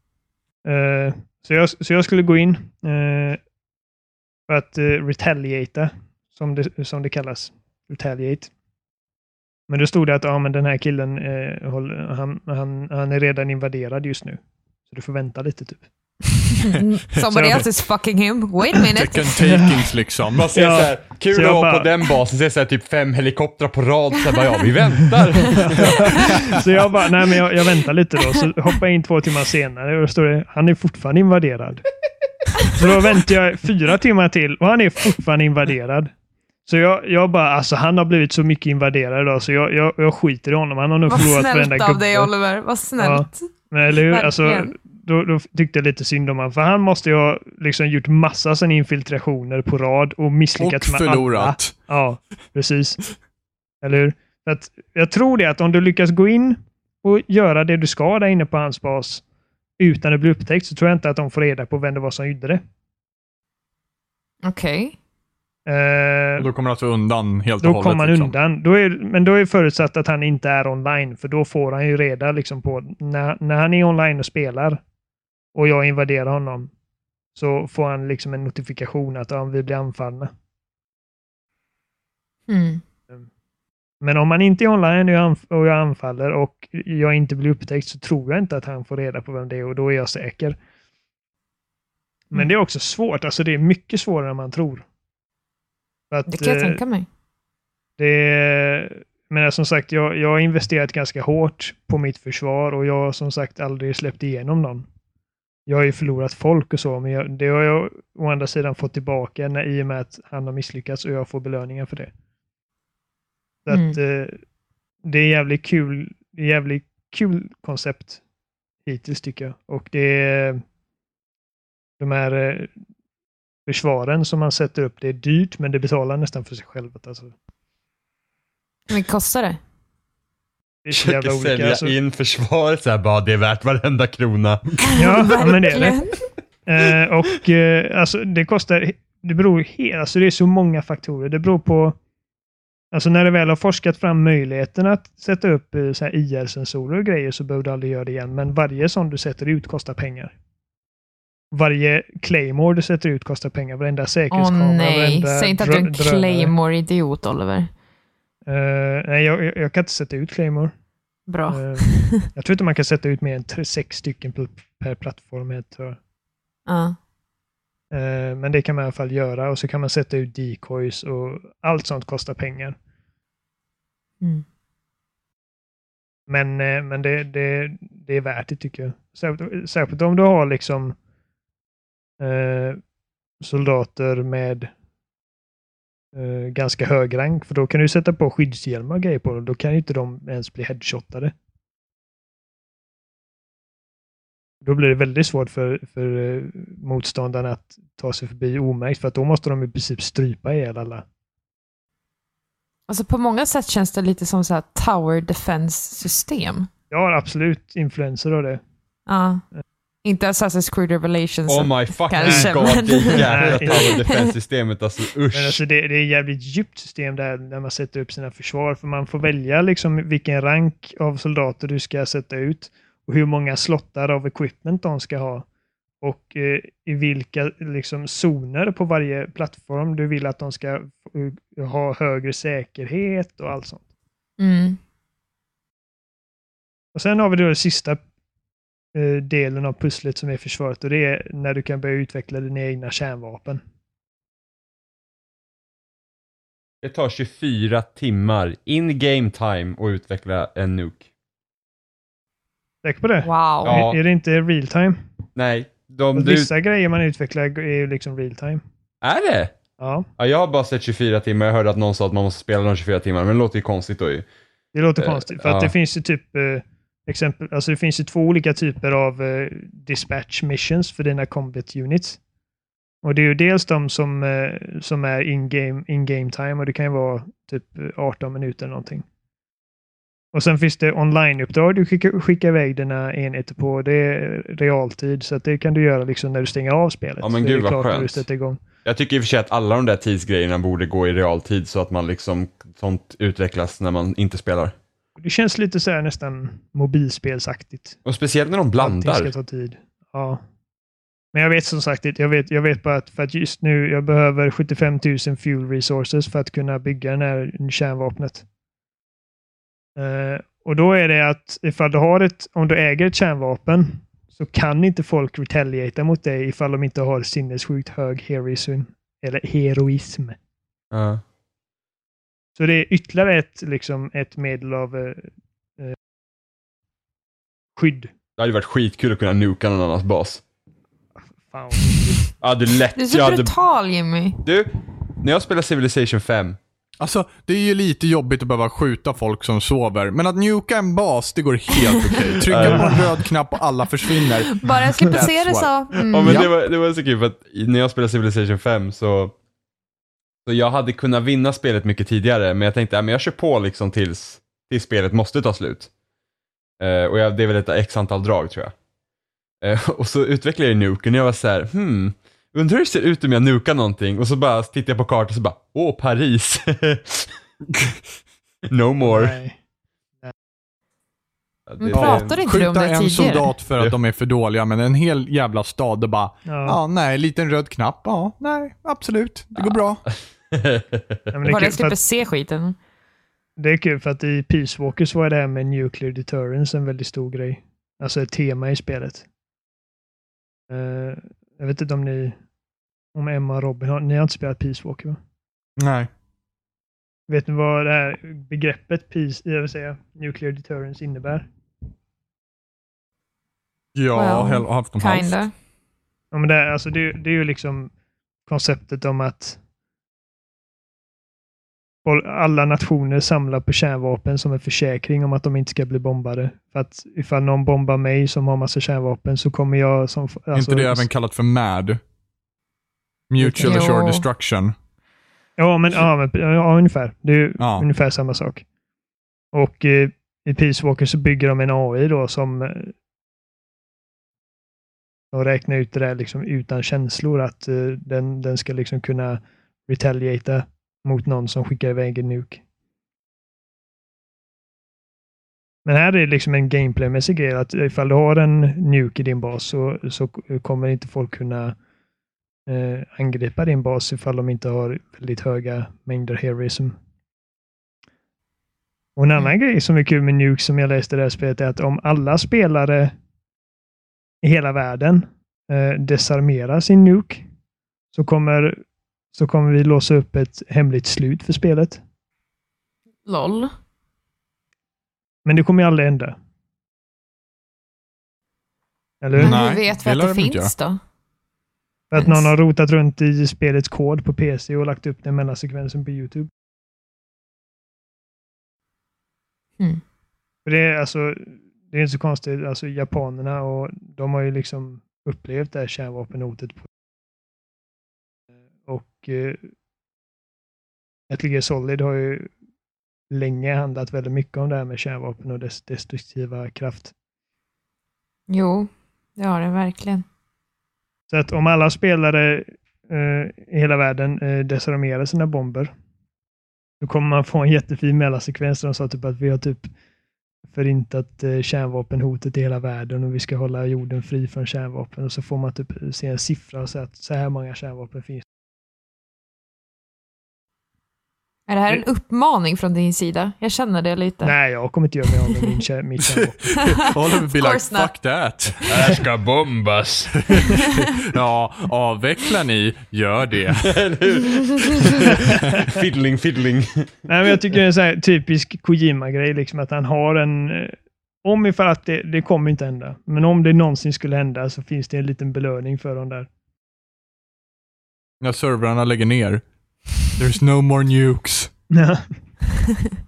Så jag skulle gå in för att retaliata, som det kallas. Retaliate. Men då stod det att men den här killen han är redan invaderad just nu. Så du får vänta lite typ. Somebody else is fucking him. Wait a minute. Taken takings liksom. Man ser så här, kul att vara på den basen, ser så här, typ 5 helikoptrar på rad, så bara, vi väntar. Så jag bara, nej men jag väntar lite då. Så hoppar jag in 2 timmar senare och då står det, han är fortfarande invaderad. Så då väntar jag 4 timmar till och han är fortfarande invaderad. Så jag bara, alltså han har blivit så mycket invaderad idag så jag skiter i honom. Han har nog förlorat varenda gubbe. Vad snällt av dig, Oliver. Vad snällt. Ja. Men eller hur? Alltså, då tyckte jag lite synd om honom. För han måste ju ha liksom gjort massa sån infiltrationer på rad och misslyckats med förlorat. Alla. Ja, precis. Eller hur? För att jag tror det att om du lyckas gå in och göra det du ska där inne på hans bas utan att bli upptäckt så tror jag inte att de får reda på vem det var som gjorde det. Okej. Och då kommer han alltså undan helt och Då hållet. kommer han liksom. undan. Men då är förutsatt att han inte är online. För då får han ju reda liksom på när han är online och spelar och jag invaderar honom så får han liksom en notifikation att vi blir anfallna. Mm. Men om han inte är online och jag anfaller och jag inte blir upptäckt så tror jag inte att han får reda på vem det är och då är jag säker. Men det är också svårt. Alltså det är mycket svårare än man tror. Att, Det kan jag tänka mig. Men som sagt, jag har investerat ganska hårt på mitt försvar och jag har som sagt aldrig släppt igenom någon. Jag har ju förlorat folk och så, men det har jag å andra sidan fått tillbaka i och med att han har misslyckats och jag får belöningar för det. Så att det är jävligt kul koncept hittills tycker jag. Och det är de här försvaren som man sätter upp, det är dyrt men det betalar nästan för sig själv. Alltså. Men kostar det? Det är så jävla olika. Sälja Alltså. in försvaret så här, bara det är värt varenda krona. Ja, men det är det. Alltså det kostar, det beror helt, alltså det är så många faktorer. Det beror på, alltså när det väl har forskat fram möjligheten att sätta upp så här IR-sensorer och grejer så behöver du aldrig göra det igen. Men varje sån du sätter ut kostar pengar. Varje Claymore du sätter ut kostar pengar. Varenda säkerhetskamera. Nej, säg inte att du är en Claymore-idiot, Oliver. Nej, jag kan inte sätta ut Claymore. Bra. Jag tror inte man kan sätta ut mer än 6 stycken per plattform. Men det kan man i alla fall göra. Och så kan man sätta ut decoys och allt sånt kostar pengar. Mm. Men det är värt det tycker jag. Särskilt om du har liksom soldater med ganska hög rank. För då kan du sätta på skyddshjälmar och grejer på dem. Då kan ju inte de ens bli headshotade. Då blir det väldigt svårt för motståndarna att ta sig förbi omärkt. För att då måste de i princip strypa ihjäl alla. Alltså på många sätt känns det lite som så här tower defense-system. Jag har absolut influenser av det. Ja. Inte Assassin's Creed Revelations. Oh my fucking kanske, god, men- det jävla tower defense-systemet, alltså usch. Men alltså det är ett jävligt djupt system där när man sätter upp sina försvar. För man får välja liksom vilken rank av soldater du ska sätta ut. Och hur många slottar av equipment de ska ha. Och i vilka liksom zoner på varje plattform du vill att de ska ha högre säkerhet och allt sånt. Mm. Och sen har vi då den sista delen av pusslet som är försvaret. Och det är när du kan börja utveckla dina egna kärnvapen. Det tar 24 timmar in-game time att utveckla en nuke. Säker på det? Wow. Ja. Är det inte real time? Nej, Vissa grejer man utvecklar är ju liksom real time. Är det? Ja, Ja, jag har bara sett 24 timmar. Jag hörde att någon sa att man måste spela de 24 timmar, men det låter ju konstigt då ju. det låter konstigt. För att ja. det finns ju typ alltså det finns ju 2 olika typer av dispatch missions för dina combat units. Och det är ju dels de som är in-game time och det kan ju vara typ 18 minuter eller någonting. Och sen finns det online-uppdrag du skickar iväg dina enheter på. Det är realtid så att det kan du göra liksom när du stänger av spelet. Ja, men så gud, det är vad klart när skönt. du sätter igång. Jag tycker i och för sig att alla de där tidsgrejerna borde gå i realtid så att man liksom sånt utvecklas när man inte spelar. Det känns lite så här nästan mobilspelsaktigt. Och speciellt när de blandar. Allting ska ta tid. Ja. Men jag vet som sagt inte. Jag vet bara att för att just nu jag behöver 75 000 fuel resources för att kunna bygga den här kärnvapnet. Och då är det att ifall du har om du äger ett kärnvapen så kan inte folk retaliata mot dig ifall de inte har sinnessjukt hög heroism. Eller heroism. Ja. Så det är ytterligare ett medel av skydd. Det hade varit skitkul att kunna nuka någon annans bas. Fan. Ja, det är lätt. Du är så brutal, Jimmy. Du, när jag spelar Civilization 5. Alltså, det är ju lite jobbigt att behöva skjuta folk som sover. Men att nuka en bas, det går helt okej. Trycka på en röd knapp och alla försvinner. Bara jag slipper se det så. Ja, men det var så kul för att när jag spelade Civilization 5 så jag hade kunnat vinna spelet mycket tidigare. Men jag tänkte, men jag kör på liksom tills spelet måste ta slut. Och det är väl ett x antal drag tror jag. Och så utvecklade jag nuken och jag var så här, undrar hur det ser ut om jag nukar någonting. Och så bara tittar jag på kartan och så bara, Paris. No more. Nej. Men pratade inte du om det Skjuta en tidigare? soldat för att de är för dåliga, men en hel jävla stad och bara, Ja. nej, liten röd knapp, nej, absolut, det går bra. Ja, men det är Bara kul jag för slipper att- se skiten. Det är kul för att i Peace Walkers var det här med nuclear deterrence en väldigt stor grej. Alltså ett tema i spelet. Jag vet inte om Emma och Robin ni har inte spelat Peace Walker va? Nej. Vet ni vad det här begreppet jag vill säga, nuclear deterrence innebär? Ja, Well, halvt om halvt. Kinda. Ja, men det är ju liksom konceptet om att alla nationer samlar på kärnvapen som en försäkring om att de inte ska bli bombade. För att ifall någon bombar mig som har massa kärnvapen så kommer jag som... Är inte det även kallat för MAD? Mutual Jo. Assured Destruction. Ja, ungefär. Det är ju Ja. ungefär samma sak. Och i Peace Walker så bygger de en AI då som de räknar ut det där liksom utan känslor att den ska liksom kunna retaliata mot någon som skickar iväg en nuke. Men här är det liksom en gameplaymässig grej att ifall du har en nuke i din bas så kommer inte folk kunna angripa din bas ifall de inte har väldigt höga mängder heroism. Och en annan grej som är kul med nuke som jag läste i det här spelet är att om alla spelare i hela världen desarmerar sin nuke så kommer vi låsa upp ett hemligt slut för spelet. LOL. Men det kommer ju aldrig hända. Eller hur? Nej, Men hur vet vi det att lär det de inte finns då? För att någon har rotat runt i spelets kod på PC och lagt upp den mellansekvensen på YouTube. För det är inte så konstigt. Alltså japanerna och de har ju liksom upplevt det här kärnvapenhotet. Och Metal Gear Solid har ju länge handlat väldigt mycket om det här med kärnvapen och dess destruktiva kraft. Jo, det har det verkligen. Så att om alla spelare i hela världen desarmerar sina bomber då kommer man få en jättefin mellansekvens där de sa typ att vi har typ förintat kärnvapenhotet i hela världen och vi ska hålla jorden fri från kärnvapen och så får man typ se en siffra och säga att så här många kärnvapen finns. Är det här en uppmaning från din sida? Jag känner det lite. Nej, jag kommer inte göra mig av med mitt kärnvapen. All of be like, course not. fuck that. Här ska bombas. Ja, avvecklar ni, gör det. Fiddling. Nej, men jag tycker det är en så här typisk Kojima-grej liksom att han har en om ifall att det kommer inte hända. Men om det någonsin skulle hända så finns det en liten belöning för dem där. När servrarna lägger ner. There's no more nukes.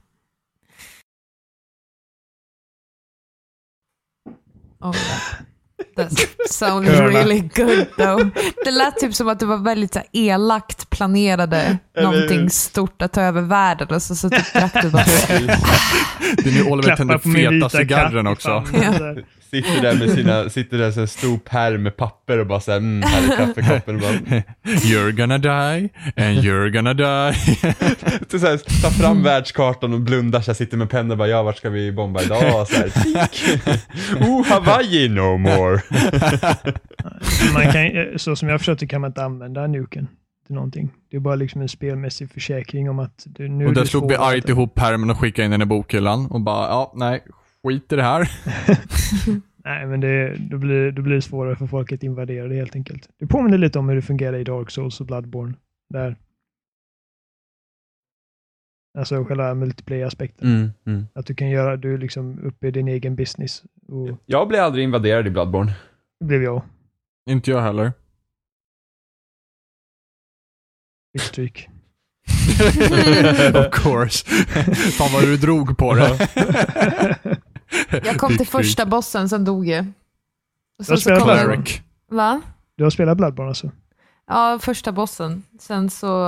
Oh, That sounds really good though. Det lät typ som att det var väldigt så här, elakt planerade någonting stort att ta över världen och så typ drack du bara. Det är nu Oliver tänder feta cigarren också. Sitter där så en stor pärm med papper och bara såhär, här är kaffekoppen och bara, you're gonna die and you're gonna die. så här, ta fram världskartan och blundar så här, sitter med penna och bara, ja, vart ska vi bomba idag? Så här, Hawaii no more. Man kan, så som jag försökte kan man inte använda nuken till någonting. Det är bara liksom en spelmässig försäkring om att nu och där slog vi argt ihop pärmen och skickade in den i bokhyllan och bara, ja, nej, skit i det här. Nej, men då blir det svårare för folk att invadera det helt enkelt. Det påminner lite om hur det fungerar i Dark Souls och Bloodborne. Där. Alltså själva multiplayer-aspekten. Att du kan göra, du är liksom uppe i din egen business. Och jag blev aldrig invaderad i Bloodborne. det blev jag. Inte jag heller. Fick stryk. Of course. Fan vad du drog på det. Jag kom till första bossen, sen dog jag. Och Du har sen spelat kom jag- Cleric. Va? Du har spelat Bloodborne alltså? Ja, första bossen. Sen så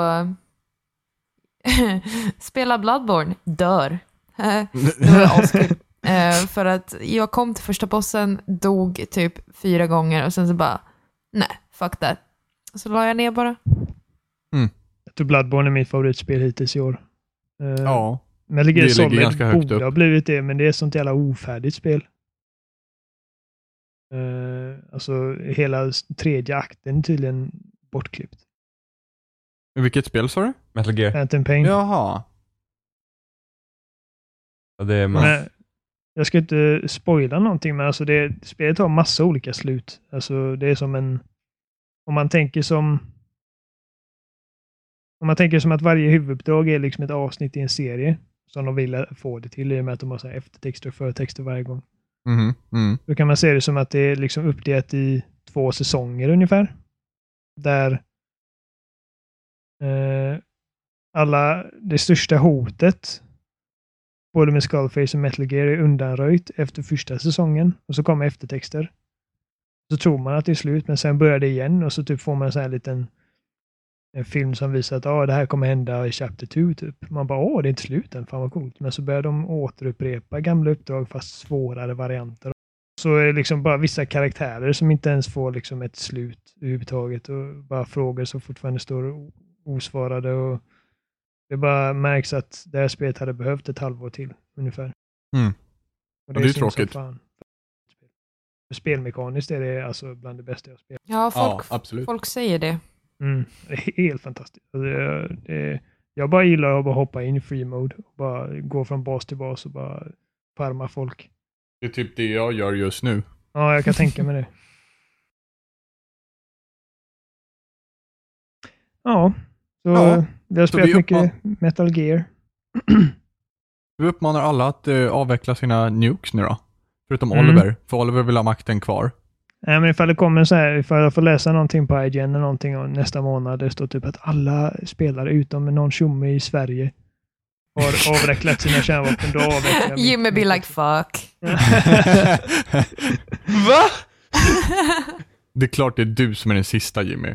spela Bloodborne, dör. Det var askul. För att jag kom till första bossen, dog typ 4 gånger och sen så bara, nej, fuck that. Så la jag ner bara. Jag tror Bloodborne är mitt favoritspel hittills i år. Ja. Men Metal Gear det ligger Solid ganska högt borde upp. ha blivit det, men det är sånt jävla ofärdigt spel. Alltså hela tredje akten är tydligen bortklippt. Vilket spel sa du? Metal Gear. Phantom Pain. Jaha. Ja, det är Men, jag ska inte spoila någonting, men alltså spelet har massa olika slut. Alltså det är som om man tänker som att varje huvuduppdrag är liksom ett avsnitt i en serie som de vill få det till i och med att de har så här eftertexter och förtexter varje gång. Då kan man se det som att det är liksom uppdelat i 2 säsonger ungefär. Där det största hotet både med Skullface och Metal Gear är undanröjt efter första säsongen och så kommer eftertexter. Så tror man att det är slut, men sen börjar det igen och så typ får man en sån här liten en film som visar att det här kommer hända i Chapter 2 typ. Man bara, det är inte slut än, fan vad coolt. Men så börjar de återupprepa gamla uppdrag fast svårare varianter. Så är det liksom bara vissa karaktärer som inte ens får liksom ett slut överhuvudtaget och bara frågor som fortfarande står osvarade och det bara märks att det här spelet hade behövt ett halvår till ungefär. Och det är synd som tråkigt. fan. För spelmekaniskt är det alltså bland det bästa jag spelat. Ja, absolut. folk säger det. Det är helt fantastiskt. Jag bara gillar att bara hoppa in i free mode och bara gå från bas till bas och bara farma folk. Det är typ det jag gör just nu. Ja, jag kan tänka mig det. Ja, så vi har spelat mycket Metal Gear. Vi uppmanar alla att avveckla sina nukes nu då. Förutom Oliver. För Oliver vill ha makten kvar. Nej, men ifall det kommer så här, ifall jag får läsa någonting på IGN eller någonting och nästa månad, det står typ att alla spelare utom någon tjomme i Sverige har avvecklat sina kärnvapen, då avvecklar jag. Jimmy be like fuck. Va? Det är klart det är du som är den sista, Jimmy.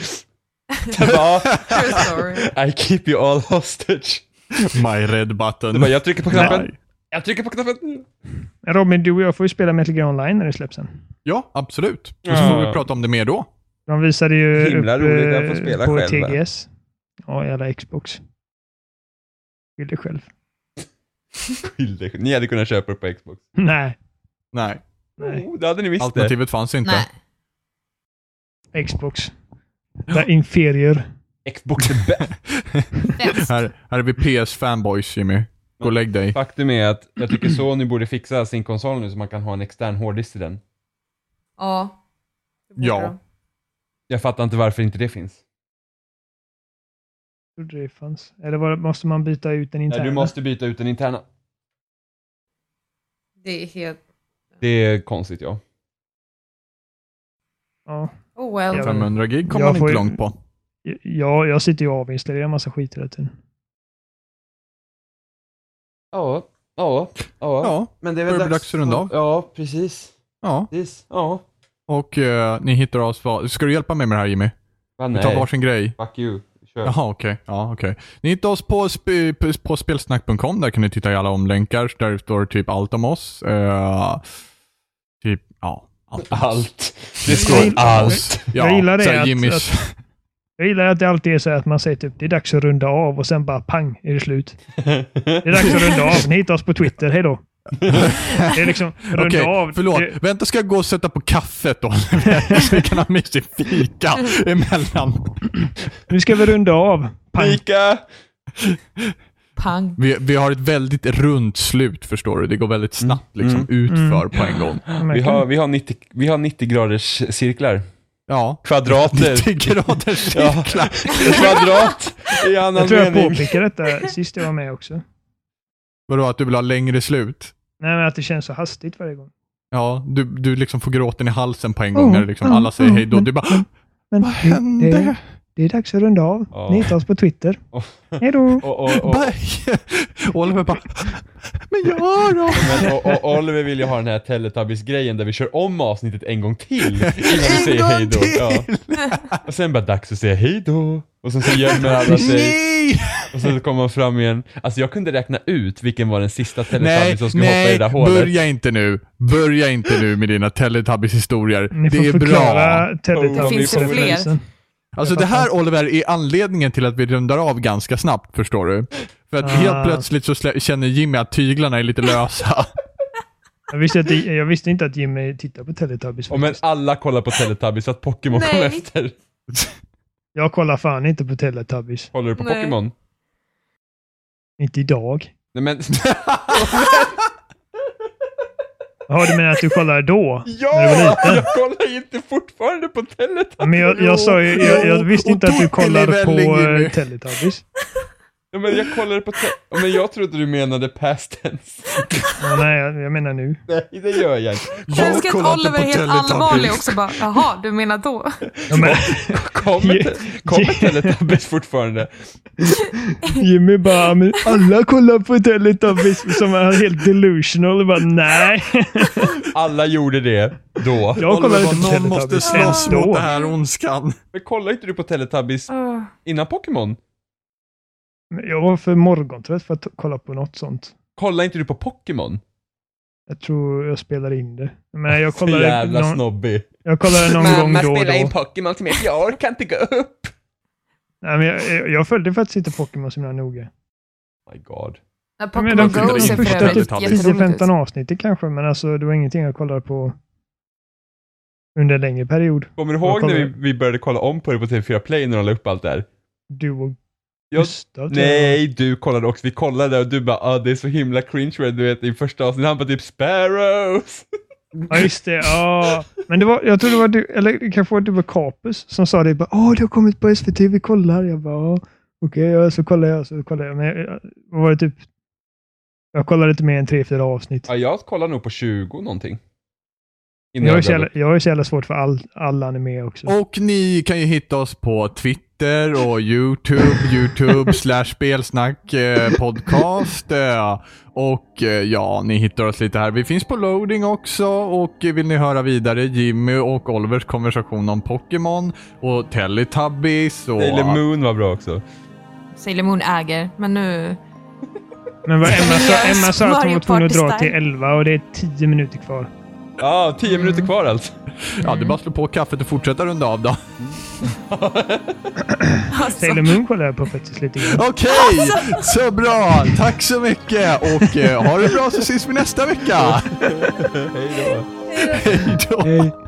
True story. I keep you all hostage. My red button. Jag trycker på knappen. Nej. Jag trycker på knappen. Robin, du och jag får ju spela Metal Gear Online när det släpps sen. Ja, absolut. Och så får vi prata om det mer då. De visade ju Himla upp roligt att få spela på själv. TGS. Ja, jävla Xbox. Vill det själv. Ni hade kunnat köpa upp på Xbox. Nej. Nej. Det hade ni visst. Alternativet fanns inte. Nej. Xbox. Där inferior. Xbox är bäst. här är vi PS-fanboys, Jimmy. Gå och lägg dig. Faktum är att jag tycker Sony borde fixa sin konsol nu så man kan ha en extern hårddisk i den. Ja. Ja. Jag fattar inte varför inte det finns. Trodde det fanns. Eller måste man byta ut den interna? Nej, du måste byta ut den interna. Det är helt... Det är konstigt, ja. Ja. Oh well. 500 gig kommer Jag man får inte ju- långt på. Jag sitter ju och avinstallerar en massa skit hela tiden. Ja. Ja, Men det är Börjar bli dags att runda av. Ja, precis. ja. Precis. Ja. Och ni hittar oss ska du hjälpa mig med det här, Jimmy? Vi tar varsin grej. Fuck you. Kör. Jaha, okej. Ja, okej. Ni hittar oss på spelsnack.com. Där kan ni titta i alla omlänkar. Där står typ allt om oss. Typ, ja. Allt. Det står allt. Ja, Jag gillar det så här, att- Jimmys... Jag gillar att det alltid är så att man säger typ det är dags att runda av och sen bara pang är det slut. Det är dags att runda av. Ni hittar oss på Twitter. Hej då. Det är liksom runda Okej, av. förlåt. Vänta, ska jag gå och sätta på kaffet då? Så vi kan ha mysig fika emellan. Nu ska vi runda av. Pang. Mika! Pang. Vi har ett väldigt runt slut, förstår du. Det går väldigt snabbt liksom utför på en gång. Vi har 90 graders cirklar. Ja. Kvadrater. 90 graders Ja. cirklar. Kvadrat i annan Jag tror jag mening. påpekade detta sist jag var med också. Vadå, att du vill ha längre slut? Nej, men att det känns så hastigt varje gång. Ja, du liksom får gråten i halsen på en gång när liksom alla säger hej då. Du bara, Men vad hände? det är dags att runda av. Ja. Ni hittar oss på Twitter. Oh. Hej då. Och Oliver bara, men ja då. Oliver vill ju ha den här Teletubbies-grejen där vi kör om avsnittet en gång till innan vi säger hej då. Ja. Och sen bara dags att säga hej då. Och sen så gömmer alla sig. Nej! Och så kommer man fram igen. Alltså jag kunde räkna ut vilken var den sista Teletubbies som skulle hoppa i det där hålet. Börja inte nu med dina Teletubbies-historier. Ni får Det är bra. förklara Finns det fler? Teletubbies-referensen. Alltså det här, Oliver, är anledningen till att vi rundar av ganska snabbt, förstår du? För att helt plötsligt så känner Jimmy att tyglarna är lite lösa. Jag visste inte att Jimmy tittar på Teletubbies. Men alla kollar på Teletubbies så att Pokémon kom Nej. efter. Jag kollar fan inte på Teletubbies. Kollar du på Nej. Pokémon? Inte idag. Nej men... Jaha, du menar att du kollar då? När du var Ja! liten? Jag kollar inte fortfarande på Teletubbies. Men jag sa ju, jag visste Och inte att du då kollar är det väldigt på Jimmy. Teletubbies. Ja, men jag kollade på men jag trodde du menade past tense. Ja, nej, jag menar nu. Nej, det gör jag inte. Jag älskar att kollar inte Oliver på är helt Teletubbies. allvarlig också bara, jaha, du menar då? Ja, men, Kommer Teletubbies fortfarande? Jimmy bara, men alla kollar på Teletubbies som är helt delusional och bara, nej. Alla gjorde det då. Jag kollar inte på Någon måste Teletubbies slåss ens mot då. det här ondskan. Men kollar inte du på Teletubbies Oh. innan Pokémon? Jag var för morgontrött för att kolla på något sånt. Kollar inte du på Pokémon? Jag tror jag spelade in det. Men jag Så kollade jävla snobbig. jag kollade någon gång då och då. Pokémon till mig, jag orkar inte gå upp. Nej, men jag följde faktiskt inte Pokémon så noga. My god. När Men Pokémon de Go ser för första övrigt typ jätteroligt 10-15 ut. avsnitt kanske, men alltså det var ingenting jag kollade på under en längre period. Kommer du ihåg Jag kollar. när vi började kolla om på det på TV4 Play när de la upp allt där? Du och Jag- Gustav. tror jag. Nej, du kollade också. Vi kollade och du bara, det är så himla cringe, du vet, i första avsnittet. Han bara typ Sparrows. Ja, just det. Ja. Men det var, jag tror det var du, eller det kanske var du och Capus som sa det. Bara, det har kommit på SVT, vi kollar. Jag bara, okej, ja, så kollar jag. Men var det typ, jag kollade inte mer än 3-4 avsnitt. Ja, jag kollar nog på 20 någonting. Jag är så jävla svårt för all anime också. Och ni kan ju hitta oss på Twitter och YouTube /spelsnack podcast. Och ja, ni hittar oss lite här. Vi finns på Loading också, och vill ni höra vidare Jimmy och Olivers konversation om Pokémon och Teletubbies och... Sailor Moon var bra också. Sailor Moon äger, men nu... Men vad Emma sa att hon Mario var tvungen att dra Party till style. 11 och det är 10 minuter kvar. Ja, 10 minuter kvar alltså. Ja, det är bara att slå på kaffet och fortsätta runda av då. Alltså, Sailor Moon kollar jag på faktiskt lite grann. Okej, så bra. Tack så mycket. Och ha det bra, så ses vi nästa vecka. Hej då. Hej då. Hej.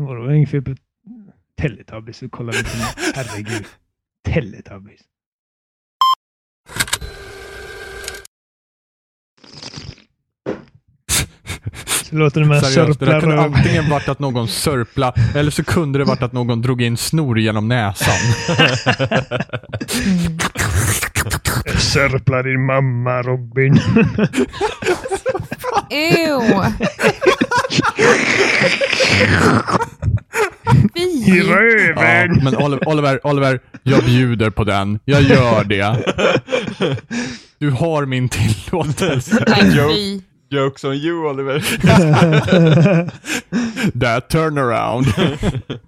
Och då är det inget fel på Teletubbies. Så kollar vi på herregud. Teletubbies. Så låter det med Seriöst, det där kunde sörplar. antingen varit att någon sörpla eller så kunde det varit att någon drog in snor genom näsan. Sörplar din mamma, Robin. Ew! I Fy! Ja, röven. men Oliver, jag bjuder på den. Jag gör det. Du har min tillåtelse. Nej, fy. Jokes on you, Oliver. That turnaround.